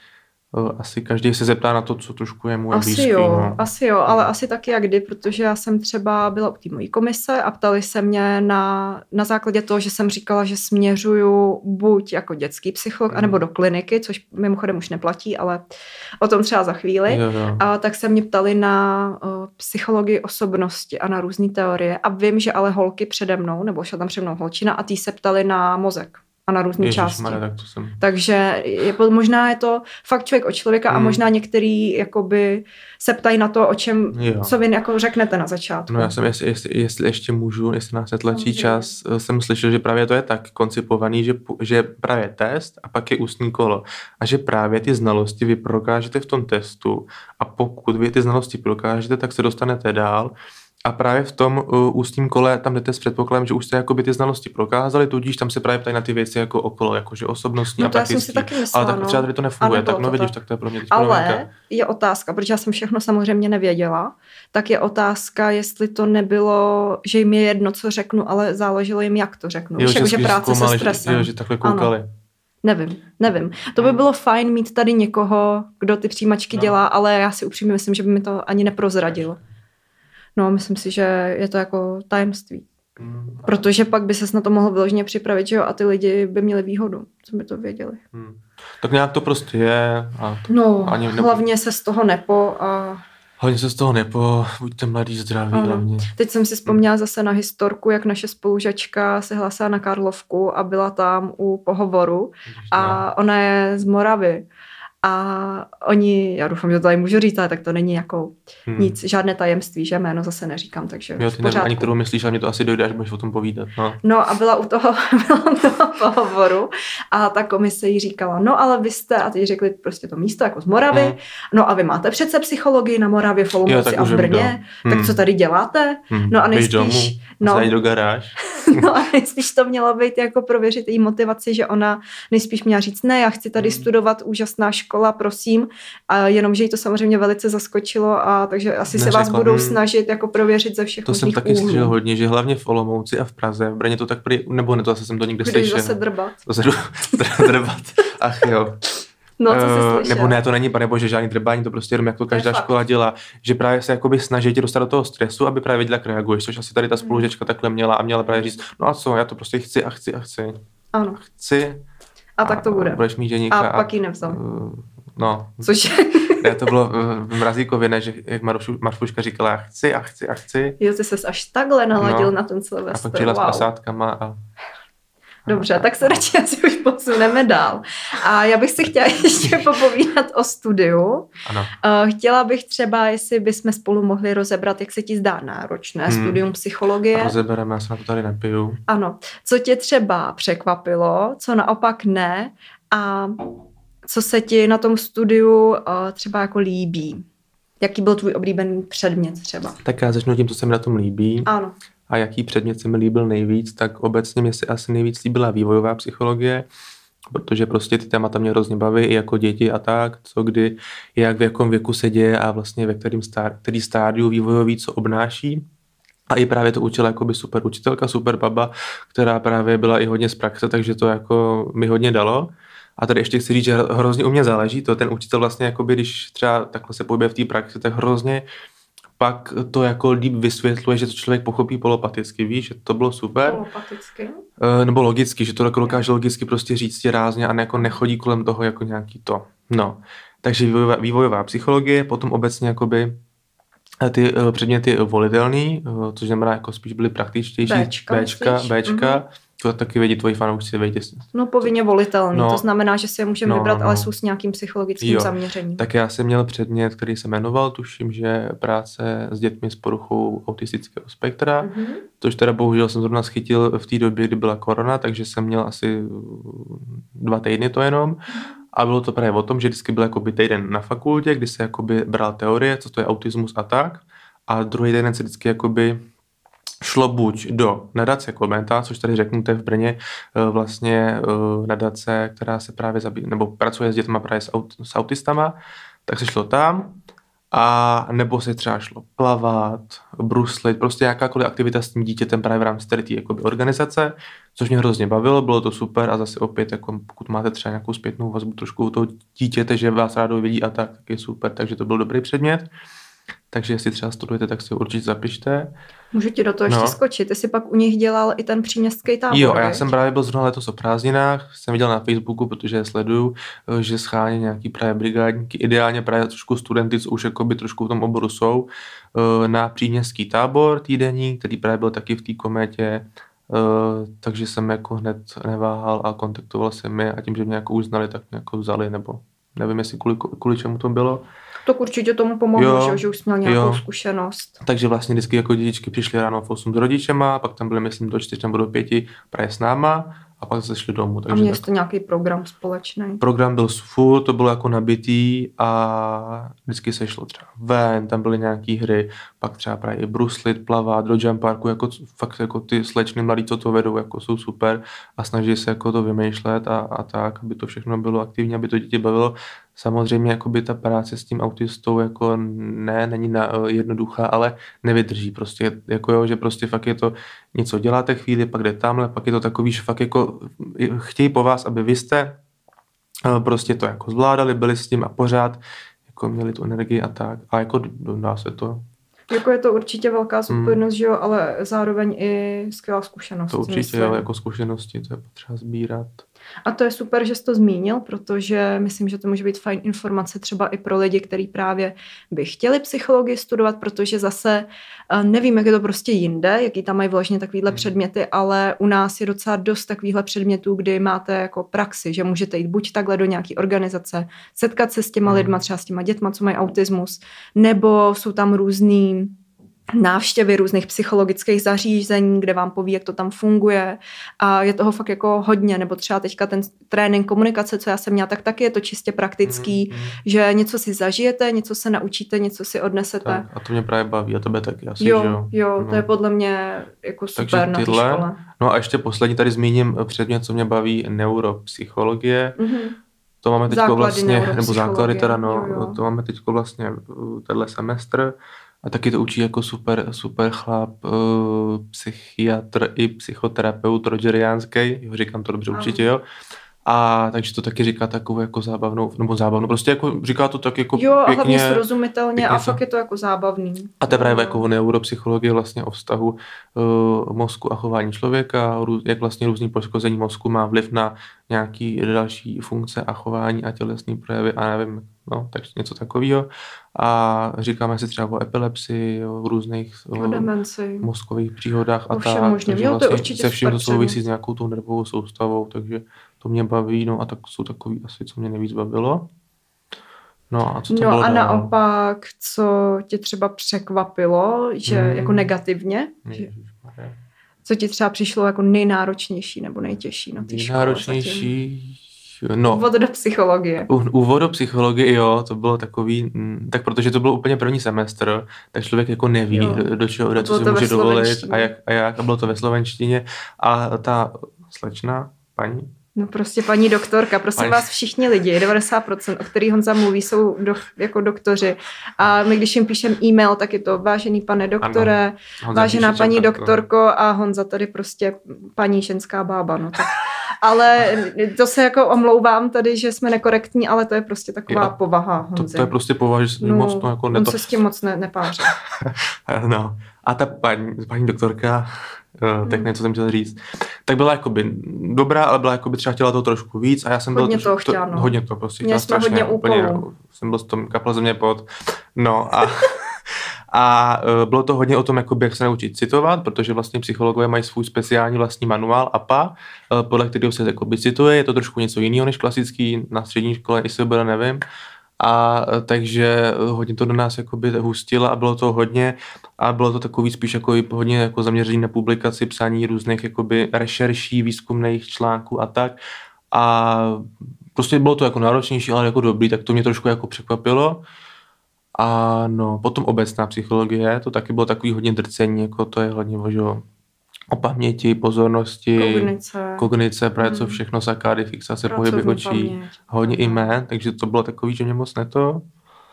asi každý se zeptá na to, co trošku je mu blízký. Asi jo, no. asi jo, ale asi taky jak kdy, protože já jsem třeba byla u té mojí komise a ptali se mě na, na základě toho, že jsem říkala, že směřuju buď jako dětský psycholog, mm. anebo do kliniky, což mimochodem už neplatí, ale o tom třeba za chvíli. Jo, jo. A tak se mě ptali na uh, psychologii osobnosti a na různé teorie a vím, že ale holky přede mnou, nebo šla tam přede mnou holčina a tý se ptali na mozek. A na různé části. Mane, tak to jsem... Takže je, možná je to fakt člověk od člověka hmm. a možná některý jakoby se ptají na to, o čem, jo. co vy jako řeknete na začátku. No já jsem, jestli, jestli, jestli ještě můžu, jestli nás netlačí čas, jsem slyšel, že právě to je tak koncipovaný, že, že právě test a pak je ústní kolo. A že právě ty znalosti vy prokážete v tom testu a pokud vy ty znalosti prokážete, tak se dostanete dál. A právě v tom uh, ústním kole tam jdete s předpokladem, že už jste jakoby ty znalosti prokázali, tudíž tam se právě ptají na ty věci jako okolo, jakože osobnostní no a praktický. Myslela, ale tak no. třeba tady to nefunguje, tak no to vidíš, tak. tak to je pro mě teď Ale novinka. Je otázka, protože já jsem všechno samozřejmě nevěděla, tak je otázka, jestli to nebylo, že jim je jedno, co řeknu, ale záleželo jim, jak to řeknu. Jo, Víš, že, jako, že práce zkoumali, se stresem. Jo, že takhle koukali. Ano. Nevím, nevím. To by bylo fajn mít tady někoho, kdo ty přijímačky no. dělá, ale já si upřímně myslím, že by mi to ani neprozradil. No, myslím si, že je to jako tajemství. Hmm. Protože pak by ses na to mohl vyloženě připravit, že jo, a ty lidi by měli výhodu, co by to věděli. Hmm. Tak nějak to prostě je. A to no, ani nepo... hlavně se z toho nepo a... Hlavně se z toho nepo, buďte mladý, zdraví ano. hlavně. Teď jsem si vzpomněla zase na historku, jak naše spolužačka se hlásila na Karlovku a byla tam u pohovoru a ona je z Moravy. A oni, já doufám, že to tady můžu říct, ale tak to není jako hmm. nic, žádné tajemství, že jméno zase neříkám, takže jo, ty nevím ani, kterou myslíš, ale mě to asi dojde, až budeš o tom povídat. No, no a byla u toho, byla u toho pohovoru a ta komise jí říkala, no ale vy jste, a teď řekli prostě to místo jako z Moravy, hmm. no a vy máte přece psychologii na Moravě, v Olomouci a v Brně, hmm. tak co tady děláte? Hmm. No a nejspíš... No, zajít do garáž. No a nejspíš to mělo být jako prověřit její motivaci, že ona nejspíš měla říct, ne, já chci tady hmm. studovat, úžasná škola, prosím, a jenom, že jí to samozřejmě velice zaskočilo a takže asi Neřekla, se vás budou hmm. snažit jako prověřit ze všech to jsem taky slyšel hodně, že hlavně v Olomouci a v Praze, v Brně to tak prý, nebo ne, to zase jsem to někde slyšel. Když zase drbat. Zase drbat, ach jo. No, co jsi uh, nebo ne, to není, pane bože, žádný drbání, to prostě jenom jak to každá škola dělá, že právě se jakoby snaží tě dostat do toho stresu, aby právě věděla, jak reaguješ, což asi tady ta spolužečka takhle měla a měla právě říct, no a co, já to prostě chci a chci a chci. Ano. Chci. A, a tak to bude. Budeš mít ženíka. A pak ji nevzal. Uh, no. Což ne, to bylo v Mrazíkově, ne, že jak Marfuška říkala, já chci a chci a chci. Jo, ty ses až takhle naladil no. na ten Silvestr. A pak přijela wow. s pasátkama a... Dobře, tak se radši asi už posuneme dál. A já bych si chtěla ještě popovídat o studiu. Ano. Chtěla bych třeba, jestli bychom spolu mohli rozebrat, jak se ti zdá náročné hmm. studium psychologie. Rozebereme, já se na to tady nepiju. Ano. Co tě třeba překvapilo, co naopak ne a co se ti na tom studiu třeba jako líbí? Jaký byl tvůj oblíbený předmět třeba? Tak já začnu tím, co se mi na tom líbí. Ano. A jaký předmět se mi líbil nejvíc, tak obecně mě se asi nejvíc líbila vývojová psychologie, protože prostě ty témata mě hrozně baví i jako děti a tak, co kdy, jak v jakém věku se děje a vlastně ve kterým stá, který stádiu vývojový co obnáší. A i právě to učila jakoby super učitelka, super baba, která právě byla i hodně z praxe, takže to jako mi hodně dalo. A tady ještě chci říct, že hrozně u mě záleží to, ten učitel vlastně, jakoby, když třeba takhle se pohybuje v té praxi, tak hrozně pak to jako líp vysvětluje, že to člověk pochopí polopaticky, víš, že to bylo super. Polopaticky? E, nebo logicky, že to jako dokáže logicky prostě říct rázně a ne, jako nechodí kolem toho jako nějaký to. No, takže vývojová, vývojová psychologie, potom obecně jakoby ty uh, předměty volitelný, uh, což znamená jako spíš byly praktičtější. Béčka, Béčka, Béčka. Mm-hmm. To taky vědí tvoji fanoušci, vědí. No povinně volitelný, no, to znamená, že si je můžeme no, vybrat, no. ale jsou s nějakým psychologickým jo. zaměřením. Tak já jsem měl předmět, který se jmenoval, tuším, že práce s dětmi s poruchou autistického spektra, mm-hmm. což teda bohužel jsem zrovna schytil v té době, kdy byla korona, takže jsem měl asi dva týdny to jenom. A bylo to právě o tom, že vždycky byl jakoby týden na fakultě, kdy se jakoby bral teorie, co to je autismus a tak. A druhý den se vždycky jakoby šlo buď do nadace Kometa, což tady řeknu, to je v Brně vlastně nadace, která se právě zabývá, nebo pracuje s dětmi právě s, aut, s autistama, tak se šlo tam. A nebo se třeba šlo plavat, bruslit, prostě jakákoliv aktivita s tím dítětem právě v rámci té jakoby organizace, což mě hrozně bavilo, bylo to super a zase opět, jako pokud máte třeba nějakou zpětnou vazbu trošku u toho dítěte, že vás rádo vidí a tak, tak je super, takže to byl dobrý předmět. Takže jestli třeba studujete, tak si určitě zapište. Můžu ti do toho ještě no. skočit. Ty jsi pak u nich dělal i ten příměstský tábor. Jo, a já jsem právě byl zrovna letos o prázdninách, jsem viděl na Facebooku, protože je sleduju, že schání nějaký právě brigádníky, ideálně právě trošku studenty, co už jakoby trošku v tom oboru jsou, na příměstský tábor týdenní, který právě byl taky v té Kometě, takže jsem jako hned neváhal a kontaktoval jsem je a tím, že mě jako už znali, tak mě jako vzali, nebo nevím, jestli kvůli, kvůli čemu to bylo. Tak určitě tomu pomohlo, že, že už jsi měl nějakou jo. zkušenost. Takže vlastně vždycky jako dětičky přišly ráno v osm s rodičema, pak tam byly, myslím, do čtyř nebo do pěti právě s náma a pak se šli domů. Takže a měl tak... jste nějaký program společný? Program byl furt, to bylo jako nabitý a vždycky se šlo třeba ven, tam byly nějaký hry, pak třeba právě i bruslit, plavat, do jump parku, jako fakt jako ty slečny mladí, co to vedou, jako jsou super a snaží se jako to vymýšlet a, a tak, aby to všechno bylo aktivní, aby to dítě bavilo. Samozřejmě jakoby ta práce s tím autistou jako ne, není na, jednoduchá, ale nevydrží prostě, jako jo, že prostě fakt je to něco děláte chvíli, pak jde tamhle, pak je to takový, že fakt jako chtějí po vás, aby vy jste prostě to jako zvládali, byli s tím a pořád jako měli tu energii a tak a jako dá se to. Jako je to určitě velká zodpovědnost, hmm. že jo, ale zároveň i skvělá zkušenost. To určitě, jo, jako zkušenosti, to je potřeba sbírat. A to je super, že jsi to zmínil, protože myslím, že to může být fajn informace třeba i pro lidi, kteří právě by chtěli psychologii studovat, protože zase nevím, jak je to prostě jinde, jaký tam mají vložně takovýhle hmm. předměty, ale u nás je docela dost takovýchhle předmětů, kdy máte jako praxi, že můžete jít buď takhle do nějaký organizace, setkat se s těma hmm. lidma, třeba s těma dětma, co mají autismus, nebo jsou tam různý návštěvy různých psychologických zařízení, kde vám poví, jak to tam funguje a je toho fakt jako hodně, nebo třeba teďka ten trénink komunikace, co já jsem měla, tak taky je to čistě praktický, mm, mm. že něco si zažijete, něco se naučíte, něco si odnesete. Tak, a to mě právě baví a tebe taky asi, jo, že jo? Jo, no. To je podle mě jako super na té škole. No a ještě poslední tady zmíním předmět, co mě baví, neuropsychologie. Mm-hmm. To máme teďko vlastně, nebo základy teda, no, jo, jo. to máme teďko vlastně tenhle semestr. A taky to učí jako super, super chlap, uh, psychiatr i psychoterapeut rogeriánský, jo, říkám to dobře, určitě, jo. A takže to taky říká takovou jako zábavnou, nebo zábavnou, prostě jako říká to tak jako jo, pěkně. Jo, a hlavně srozumitelně pěkně a fakt je to jako zábavný. A to je právě jako neuropsychologie vlastně o vztahu uh, mozku a chování člověka, jak vlastně různý poškození mozku má vliv na nějaký další funkce a chování a tělesný projevy a nevím, no, tak něco takového. A říkáme si třeba o epilepsii, o různých o mozkových příhodách a tak. Možný. Takže jo, vlastně to určitě se vším to souvisí s nějakou tou nervovou soustavou, takže to mě baví, no a tak jsou takový asi, co mě nejvíc bavilo. No a co to no bylo a dál? naopak, co tě třeba překvapilo, že hmm. jako negativně? Že, co ti třeba přišlo jako nejnáročnější nebo nejtěžší na té škole? Nejnáročnější... No, úvod do psychologie. Úvod do psychologie, jo, to bylo takový, tak protože to byl úplně první semestr, tak člověk jako neví, jo. do čeho jde, co si může dovolit a jak, a jak, a bylo to ve slovenštině a ta slečna, paní, no prostě paní doktorka, prosím paní... vás všichni lidi, devadesát procent, o kterých Honza mluví, jsou do, jako doktoři. A my, když jim píšeme e-mail, tak je to vážený pane doktore, vážená paní čaká, doktorko a Honza tady prostě paní ženská bába. No tak. Ale to se jako omlouvám tady, že jsme nekorektní, ale to je prostě taková jo, povaha Honzy. To, to je prostě povaha, že se no, moc to jako neto... on se s tím moc ne, nepáře. No. A ta paní, paní doktorka, uh, tak něco jsem chtěl říct, tak byla jakoby dobrá, ale byla jakoby třeba chtěla to trošku víc a já jsem hodně byl... Toho chtěla, no. Hodně to prostě chtěla strašně. Hodně úplně, jsem byl s tom kapla země pod. No a... A uh, bylo to hodně o tom, jakoby, jak se naučit citovat, protože vlastně psychologové mají svůj speciální vlastní manuál A P A, uh, podle kterého se jakoby cituje, je to trošku něco jiného než klasický na střední škole, jestli bude, nevím. A uh, takže hodně to do nás jakoby hustilo a bylo to hodně a bylo to takový spíš jako hodně jako zaměření na publikaci, psání různých jakoby rešerší, výzkumných článků a tak. A prostě bylo to jako náročnější, ale jako dobrý, tak to mě trošku jako překvapilo. A no, potom obecná psychologie, to taky bylo takový hodně drcení, jako to je hodně o, o paměti, pozornosti, kognice, kognice právě co všechno, sakády, fixace, pohyby očí, paměť. Hodně i jmén, takže to bylo takový, že mě moc neto.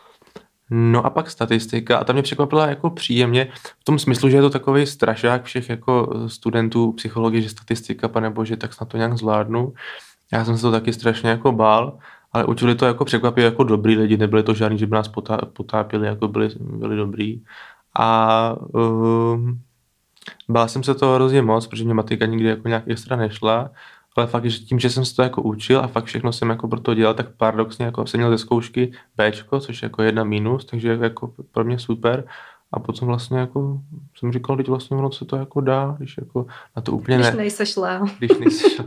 No a pak statistika a ta mě překvapila jako příjemně v tom smyslu, že je to takový strašák všech jako studentů psychologie, že statistika, panebože, tak snad to nějak zvládnu. Já jsem se to taky strašně jako bál. Ale učili to jako překvapivě jako dobrý lidi, nebyli to žádný, že by nás potá, potápili, jako byli, byli dobrý. A um, bál jsem se toho hrozně moc, protože mě matika nikdy jako nějak extra nešla, ale fakt, že tím, že jsem se to jako učil a fakt všechno jsem jako pro to dělal, tak paradoxně jako jsem měl ze zkoušky Bčko, což je jako jedna minus, takže jako pro mě super. A potom vlastně jako jsem říkal, teď vlastně ono se to jako dá, když jako na to úplně když ne... Když nejseš Leo. Když nejseš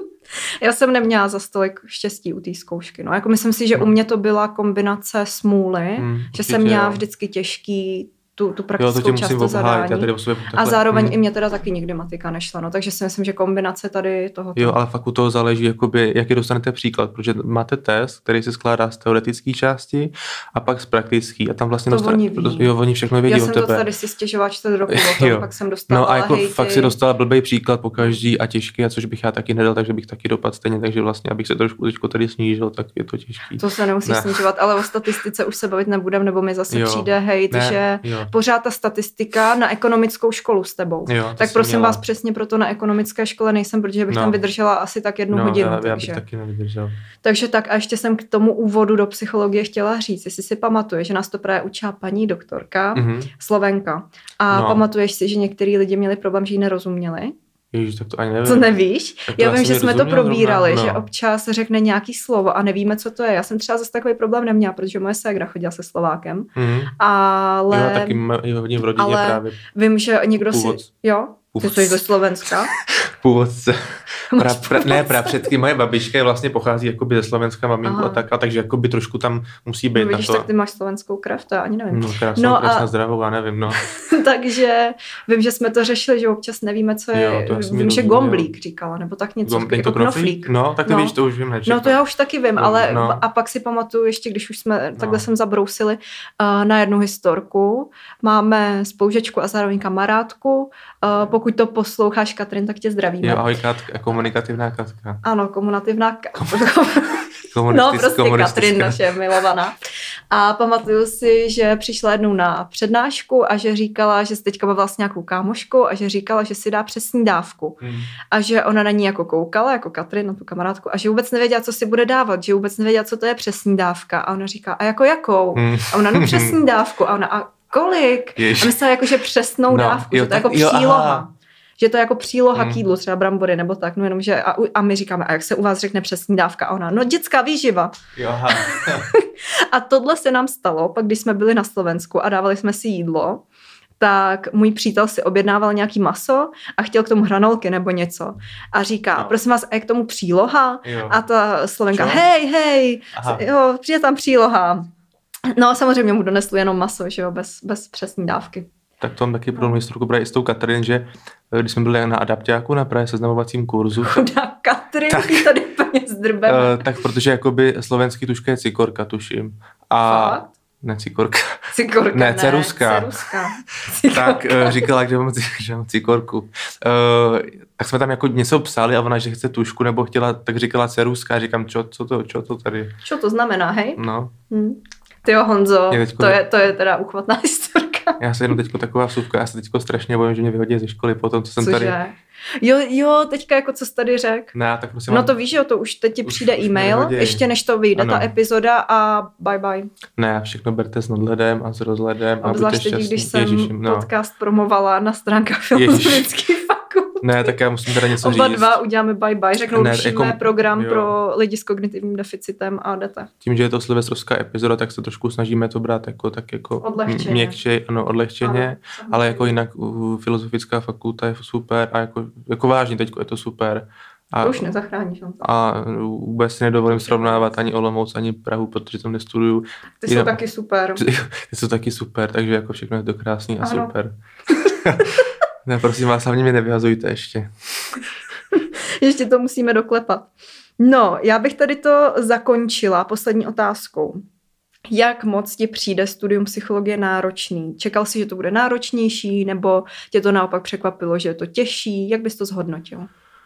Já jsem neměla za stolik štěstí u té zkoušky. No, jako myslím si, že no. u mě to byla kombinace smůly, hmm, že jsem měla jo. vždycky těžký tu, tu praktickou jo, část to zadání. A zároveň hmm. i mě teda taky nikdy matika nešla. No, takže si myslím, že kombinace tady toho. Jo, ale fakt u toho záleží, jakoby, jaký dostanete příklad, protože máte test, který se skládá z teoretické části a pak z praktický. A tam vlastně to dostane, oni ví. Jo, oni všechno vědí Já o jsem tebe. to tady si stěžovala čtvrt roku o tom, pak jsem dostala No a jako hejty. fakt si dostala blbý příklad po každý a těžký, a což bych já taky nedal, takže bych taky dopadl stejně, takže vlastně, abych se trošku teďko tady snížil, tak je to těžký. To se nemusí ne. snižovat, ale o statistice už se bavit nebudem, nebo mi zase jo. přijde hejt, ne, že jo. pořád ta statistika na ekonomickou školu s tebou. Jo, tak prosím měla. vás, přesně proto na ekonomické škole nejsem, protože bych no. tam vydržela asi tak jednu no, hodinu. Já, takže. já bych taky nevydržel. Takže tak a ještě jsem k tomu úvodu do psychologie chtěla říct, jestli si pamatuješ, že nás to právě učila paní doktorka, mm-hmm. Slovenka. A no. pamatuješ si, že některý lidi měli problém, že jí nerozuměli? Ježiš, tak to ani nevím. To nevíš? Já vím, že jsme to probírali, no. že občas řekne nějaký slovo a nevíme, co to je. Já jsem třeba zase takový problém neměla, protože moje ségra chodila se Slovákem. Mm. Ale... Jo, taky hodně v rodině ale právě. Vím, že někdo Původ. si... Jo? Ty jsi ze Slovenska? Původce. Pra, pra, ne, prapředky moje babička vlastně pochází jakoby ze Slovenska, maminku a tak, a takže jakoby trošku tam musí být no, vidíš, na to. Tak ty máš slovenskou krev, to já ani nevím. No, krásnou, no krásná a... zdravou, já nevím, no. Takže vím, že jsme to řešili, že občas nevíme, co je, jo, vím, že gomblík říkala, nebo tak něco, Gom, jako knoflík. No, tak to no. víš, to už vím, nečekal. No to já už taky vím, ale no. a pak si pamatuju ještě, když už jsme, no. takhle jsem zabrousili uh, na jednu historku, máme spolužečku a zároveň kamarádku, uh, pokud to posloucháš, Katrin, tak tě zdravíme. Jo, ahoj Katka, komunikativná Katka. Ano, komunikativná Katka. No, prostě Katrin, naše milovaná. A pamatuju si, že přišla jednou na přednášku a že říkala, že se teďka bavila s nějakou kámoškou a že říkala, že si dá přesní dávku. Hmm. A že ona na ní jako koukala, jako Katrin, na tu kamarádku, a že vůbec nevěděla, co si bude dávat, že vůbec nevěděla, co to je přesní dávka. A ona říká, a jako jakou? Hmm. A ona, no přesní dávku. A ona, a kolik? Jež. A myslela jako, že přesnou no, dávku, jo, že to je jako jo, příloha. Aha. Že to je jako příloha hmm. k jídlu, třeba brambory nebo tak, no jenom, že a, a my říkáme, a jak se u vás řekne přesní dávka? A ona, no dětská výživa. Jo, A tohle se nám stalo, pak když jsme byli na Slovensku a dávali jsme si jídlo, tak můj přítel si objednával nějaký maso a chtěl k tomu hranolky nebo něco. A říká, no. prosím vás, a je k tomu příloha? Jo. A ta Slovenka, Čo? hej, hej, Aha. jo, přijde tam příloha. No a samozřejmě mu donesli jenom maso, že jo, bez, bez přesní dávky. Tak to mám taky pro mě historiku právě i s tou Katrin, že když jsme byli na adapťáku na právě seznamovacím kurzu. Chudá Katrin, tak, tady plně zdrbeme. Uh, tak protože jakoby slovenský tuška je cikorka, tuším. A Fakt? Ne, cikorka. Cikorka, ne, ne, ceruska. ceruska. Tak uh, říkala, že mám, že mám cikorku. Uh, tak jsme tam jako něco psali a ona, že chce tušku, nebo chtěla, tak říkala ceruska. A říkám, čo, co to, čo to tady? Co to znamená, hej? No. Hm. Tyjo, Honzo, je teďko, to, je, to je teda uchvatná historka. Já se jenom teďko taková vsuvka, já se teďko strašně bojím, že mě vyhodí ze školy po tom, co jsem Cože? tady... Jo, jo, teďka jako co jsi tady řekl. Ne, tak prosím. No to víš, jo, to už teď ti už, přijde už e-mail, ještě než to vyjde ano. ta epizoda a bye bye. Ne, všechno berte s nadhledem a s rozhledem. Obzvlášť teď, když jsem Ježišim, no. podcast promovala na stránkách filozofický fakult. Ne, tak já musím teda něco Oba říct. dva uděláme bye bye, řeknou, ne, rušíme jako, program jo. pro lidi s kognitivním deficitem a jdete. Tím, že je to silvestrovská epizoda, tak se trošku snažíme to brát jako tak jako odlehčeně. Měkčej, ano, odlehčeně, ano, ale jako jinak uh, filozofická fakulta je super a jako, jako vážně teďko je to super. A, to už nezachráníš. A vůbec si nedovolím srovnávat ani Olomouc, ani Prahu, protože tam nestuduju. Ty jsou taky super. Ty jsou taky super, takže jako všechno je to krásný a ano. super. Ne, prosím vás, hlavně mě nevyhazujte ještě. Ještě to musíme doklepat. No, já bych tady to zakončila poslední otázkou. Jak moc ti přijde studium psychologie náročný? Čekal jsi, že to bude náročnější, nebo tě to naopak překvapilo, že je to těžší? Jak bys to zhodnotil?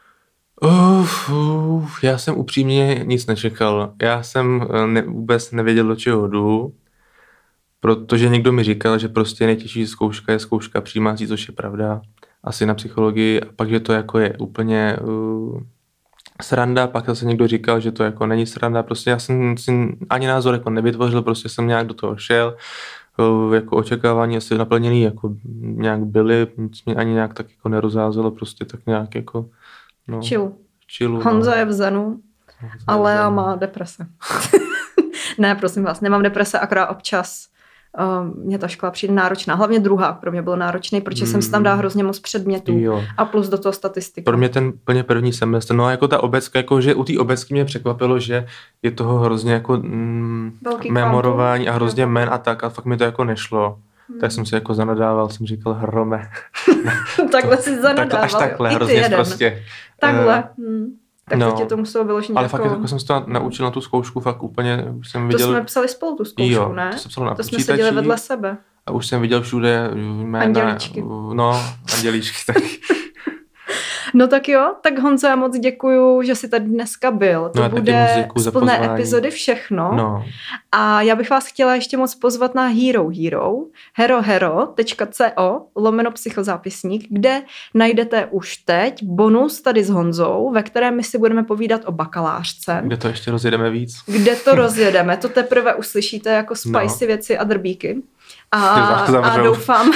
Uf, uf, já jsem upřímně nic nečekal. Já jsem ne, vůbec nevěděl, do čeho jdu, protože někdo mi říkal, že prostě nejtěžší zkouška je zkouška přijímací, což je pravda, asi na psychologii, a pak, že to jako je úplně uh, sranda, pak zase někdo říkal, že to jako není sranda, prostě já jsem si ani názor jako nevytvořil, prostě jsem nějak do toho šel, uh, jako očekávání asi naplněný jako nějak byly, nic mě ani nějak tak jako nerozházelo, prostě tak nějak jako no, Chill. chillu. Honza no. je v zenu, ale já má deprese. Ne, prosím vás, nemám deprese, akorát občas Uh, mě ta škola přijde náročná. Hlavně druhá pro mě byl náročný, protože mm. jsem si tam dala hrozně moc předmětů jo. a plus do toho statistika. Pro mě ten plně první semestr, no a jako ta obecka, jako že u té obecky mě překvapilo, že je toho hrozně jako mm, memorování a hrozně men a tak a fakt mi to jako nešlo. Hmm. Tak jsem si jako zanadával, jsem říkal hrome. Takhle si zanadával. Takhle, až takhle, hrozně prostě. Takhle. Hmm. Tak no, to tě to muselo vyložit ale jako... fakt jako jsem se to naučil na tu zkoušku, fakt úplně už jsem viděl... To jsme psali spolu tu zkoušku, jo, ne? To jsem psal na To jsme seděli vedle sebe. A už jsem viděl všude jména... Andělíčky. No, andělíčky, tak... No tak jo, tak Honzo, já moc děkuju, že jsi tady dneska byl. To no, bude z plné epizody všechno. No. A já bych vás chtěla ještě moc pozvat na Hero Hero, herohero tečka co lomeno psychozápisník, kde najdete už teď bonus tady s Honzou, ve kterém my si budeme povídat o bakalářce. Kde to ještě rozjedeme víc. Kde to rozjedeme, to teprve uslyšíte jako spicy no. věci a drbíky. A, a doufám...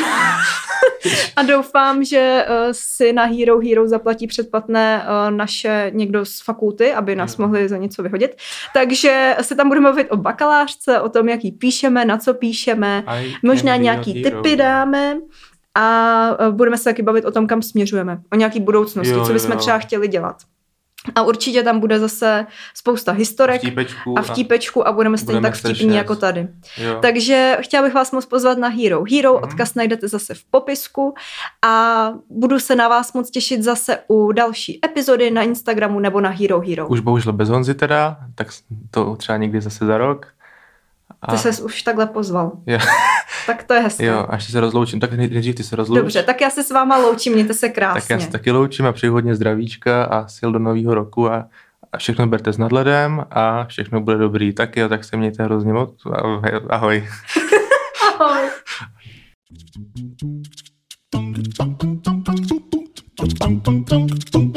A doufám, že uh, si na Hero Hero zaplatí předplatné uh, naše někdo z fakulty, aby nás no. mohli za něco vyhodit. Takže se tam budeme mluvit o bakalářce, o tom, jaký píšeme, na co píšeme, možná nějaký tipy dáme a uh, budeme se taky bavit o tom, kam směřujeme, o nějaký budoucnosti, jo, co bychom třeba chtěli dělat. A určitě tam bude zase spousta historek vtípečku a vtípečku a budeme stejně tak vtipní jako tady. Jo. Takže chtěla bych vás moc pozvat na Hero Hero, mm. odkaz najdete zase v popisku a budu se na vás moc těšit zase u další epizody na Instagramu nebo na Hero Hero. Už bohužel bez Honzy teda, tak to třeba někdy zase za rok. A... Ty ses už takhle pozval. Jo. Tak to je hezké. Jo, až se rozloučím. Tak nejdřív ty se rozlouč. Dobře, tak já se s váma loučím, mějte se krásně. Tak já se taky loučím a přeji hodně zdravíčka a sil do nového roku a, a všechno berte s nadhledem a všechno bude dobrý. Tak jo, tak se mějte hrozně moc. Ahoj. Ahoj.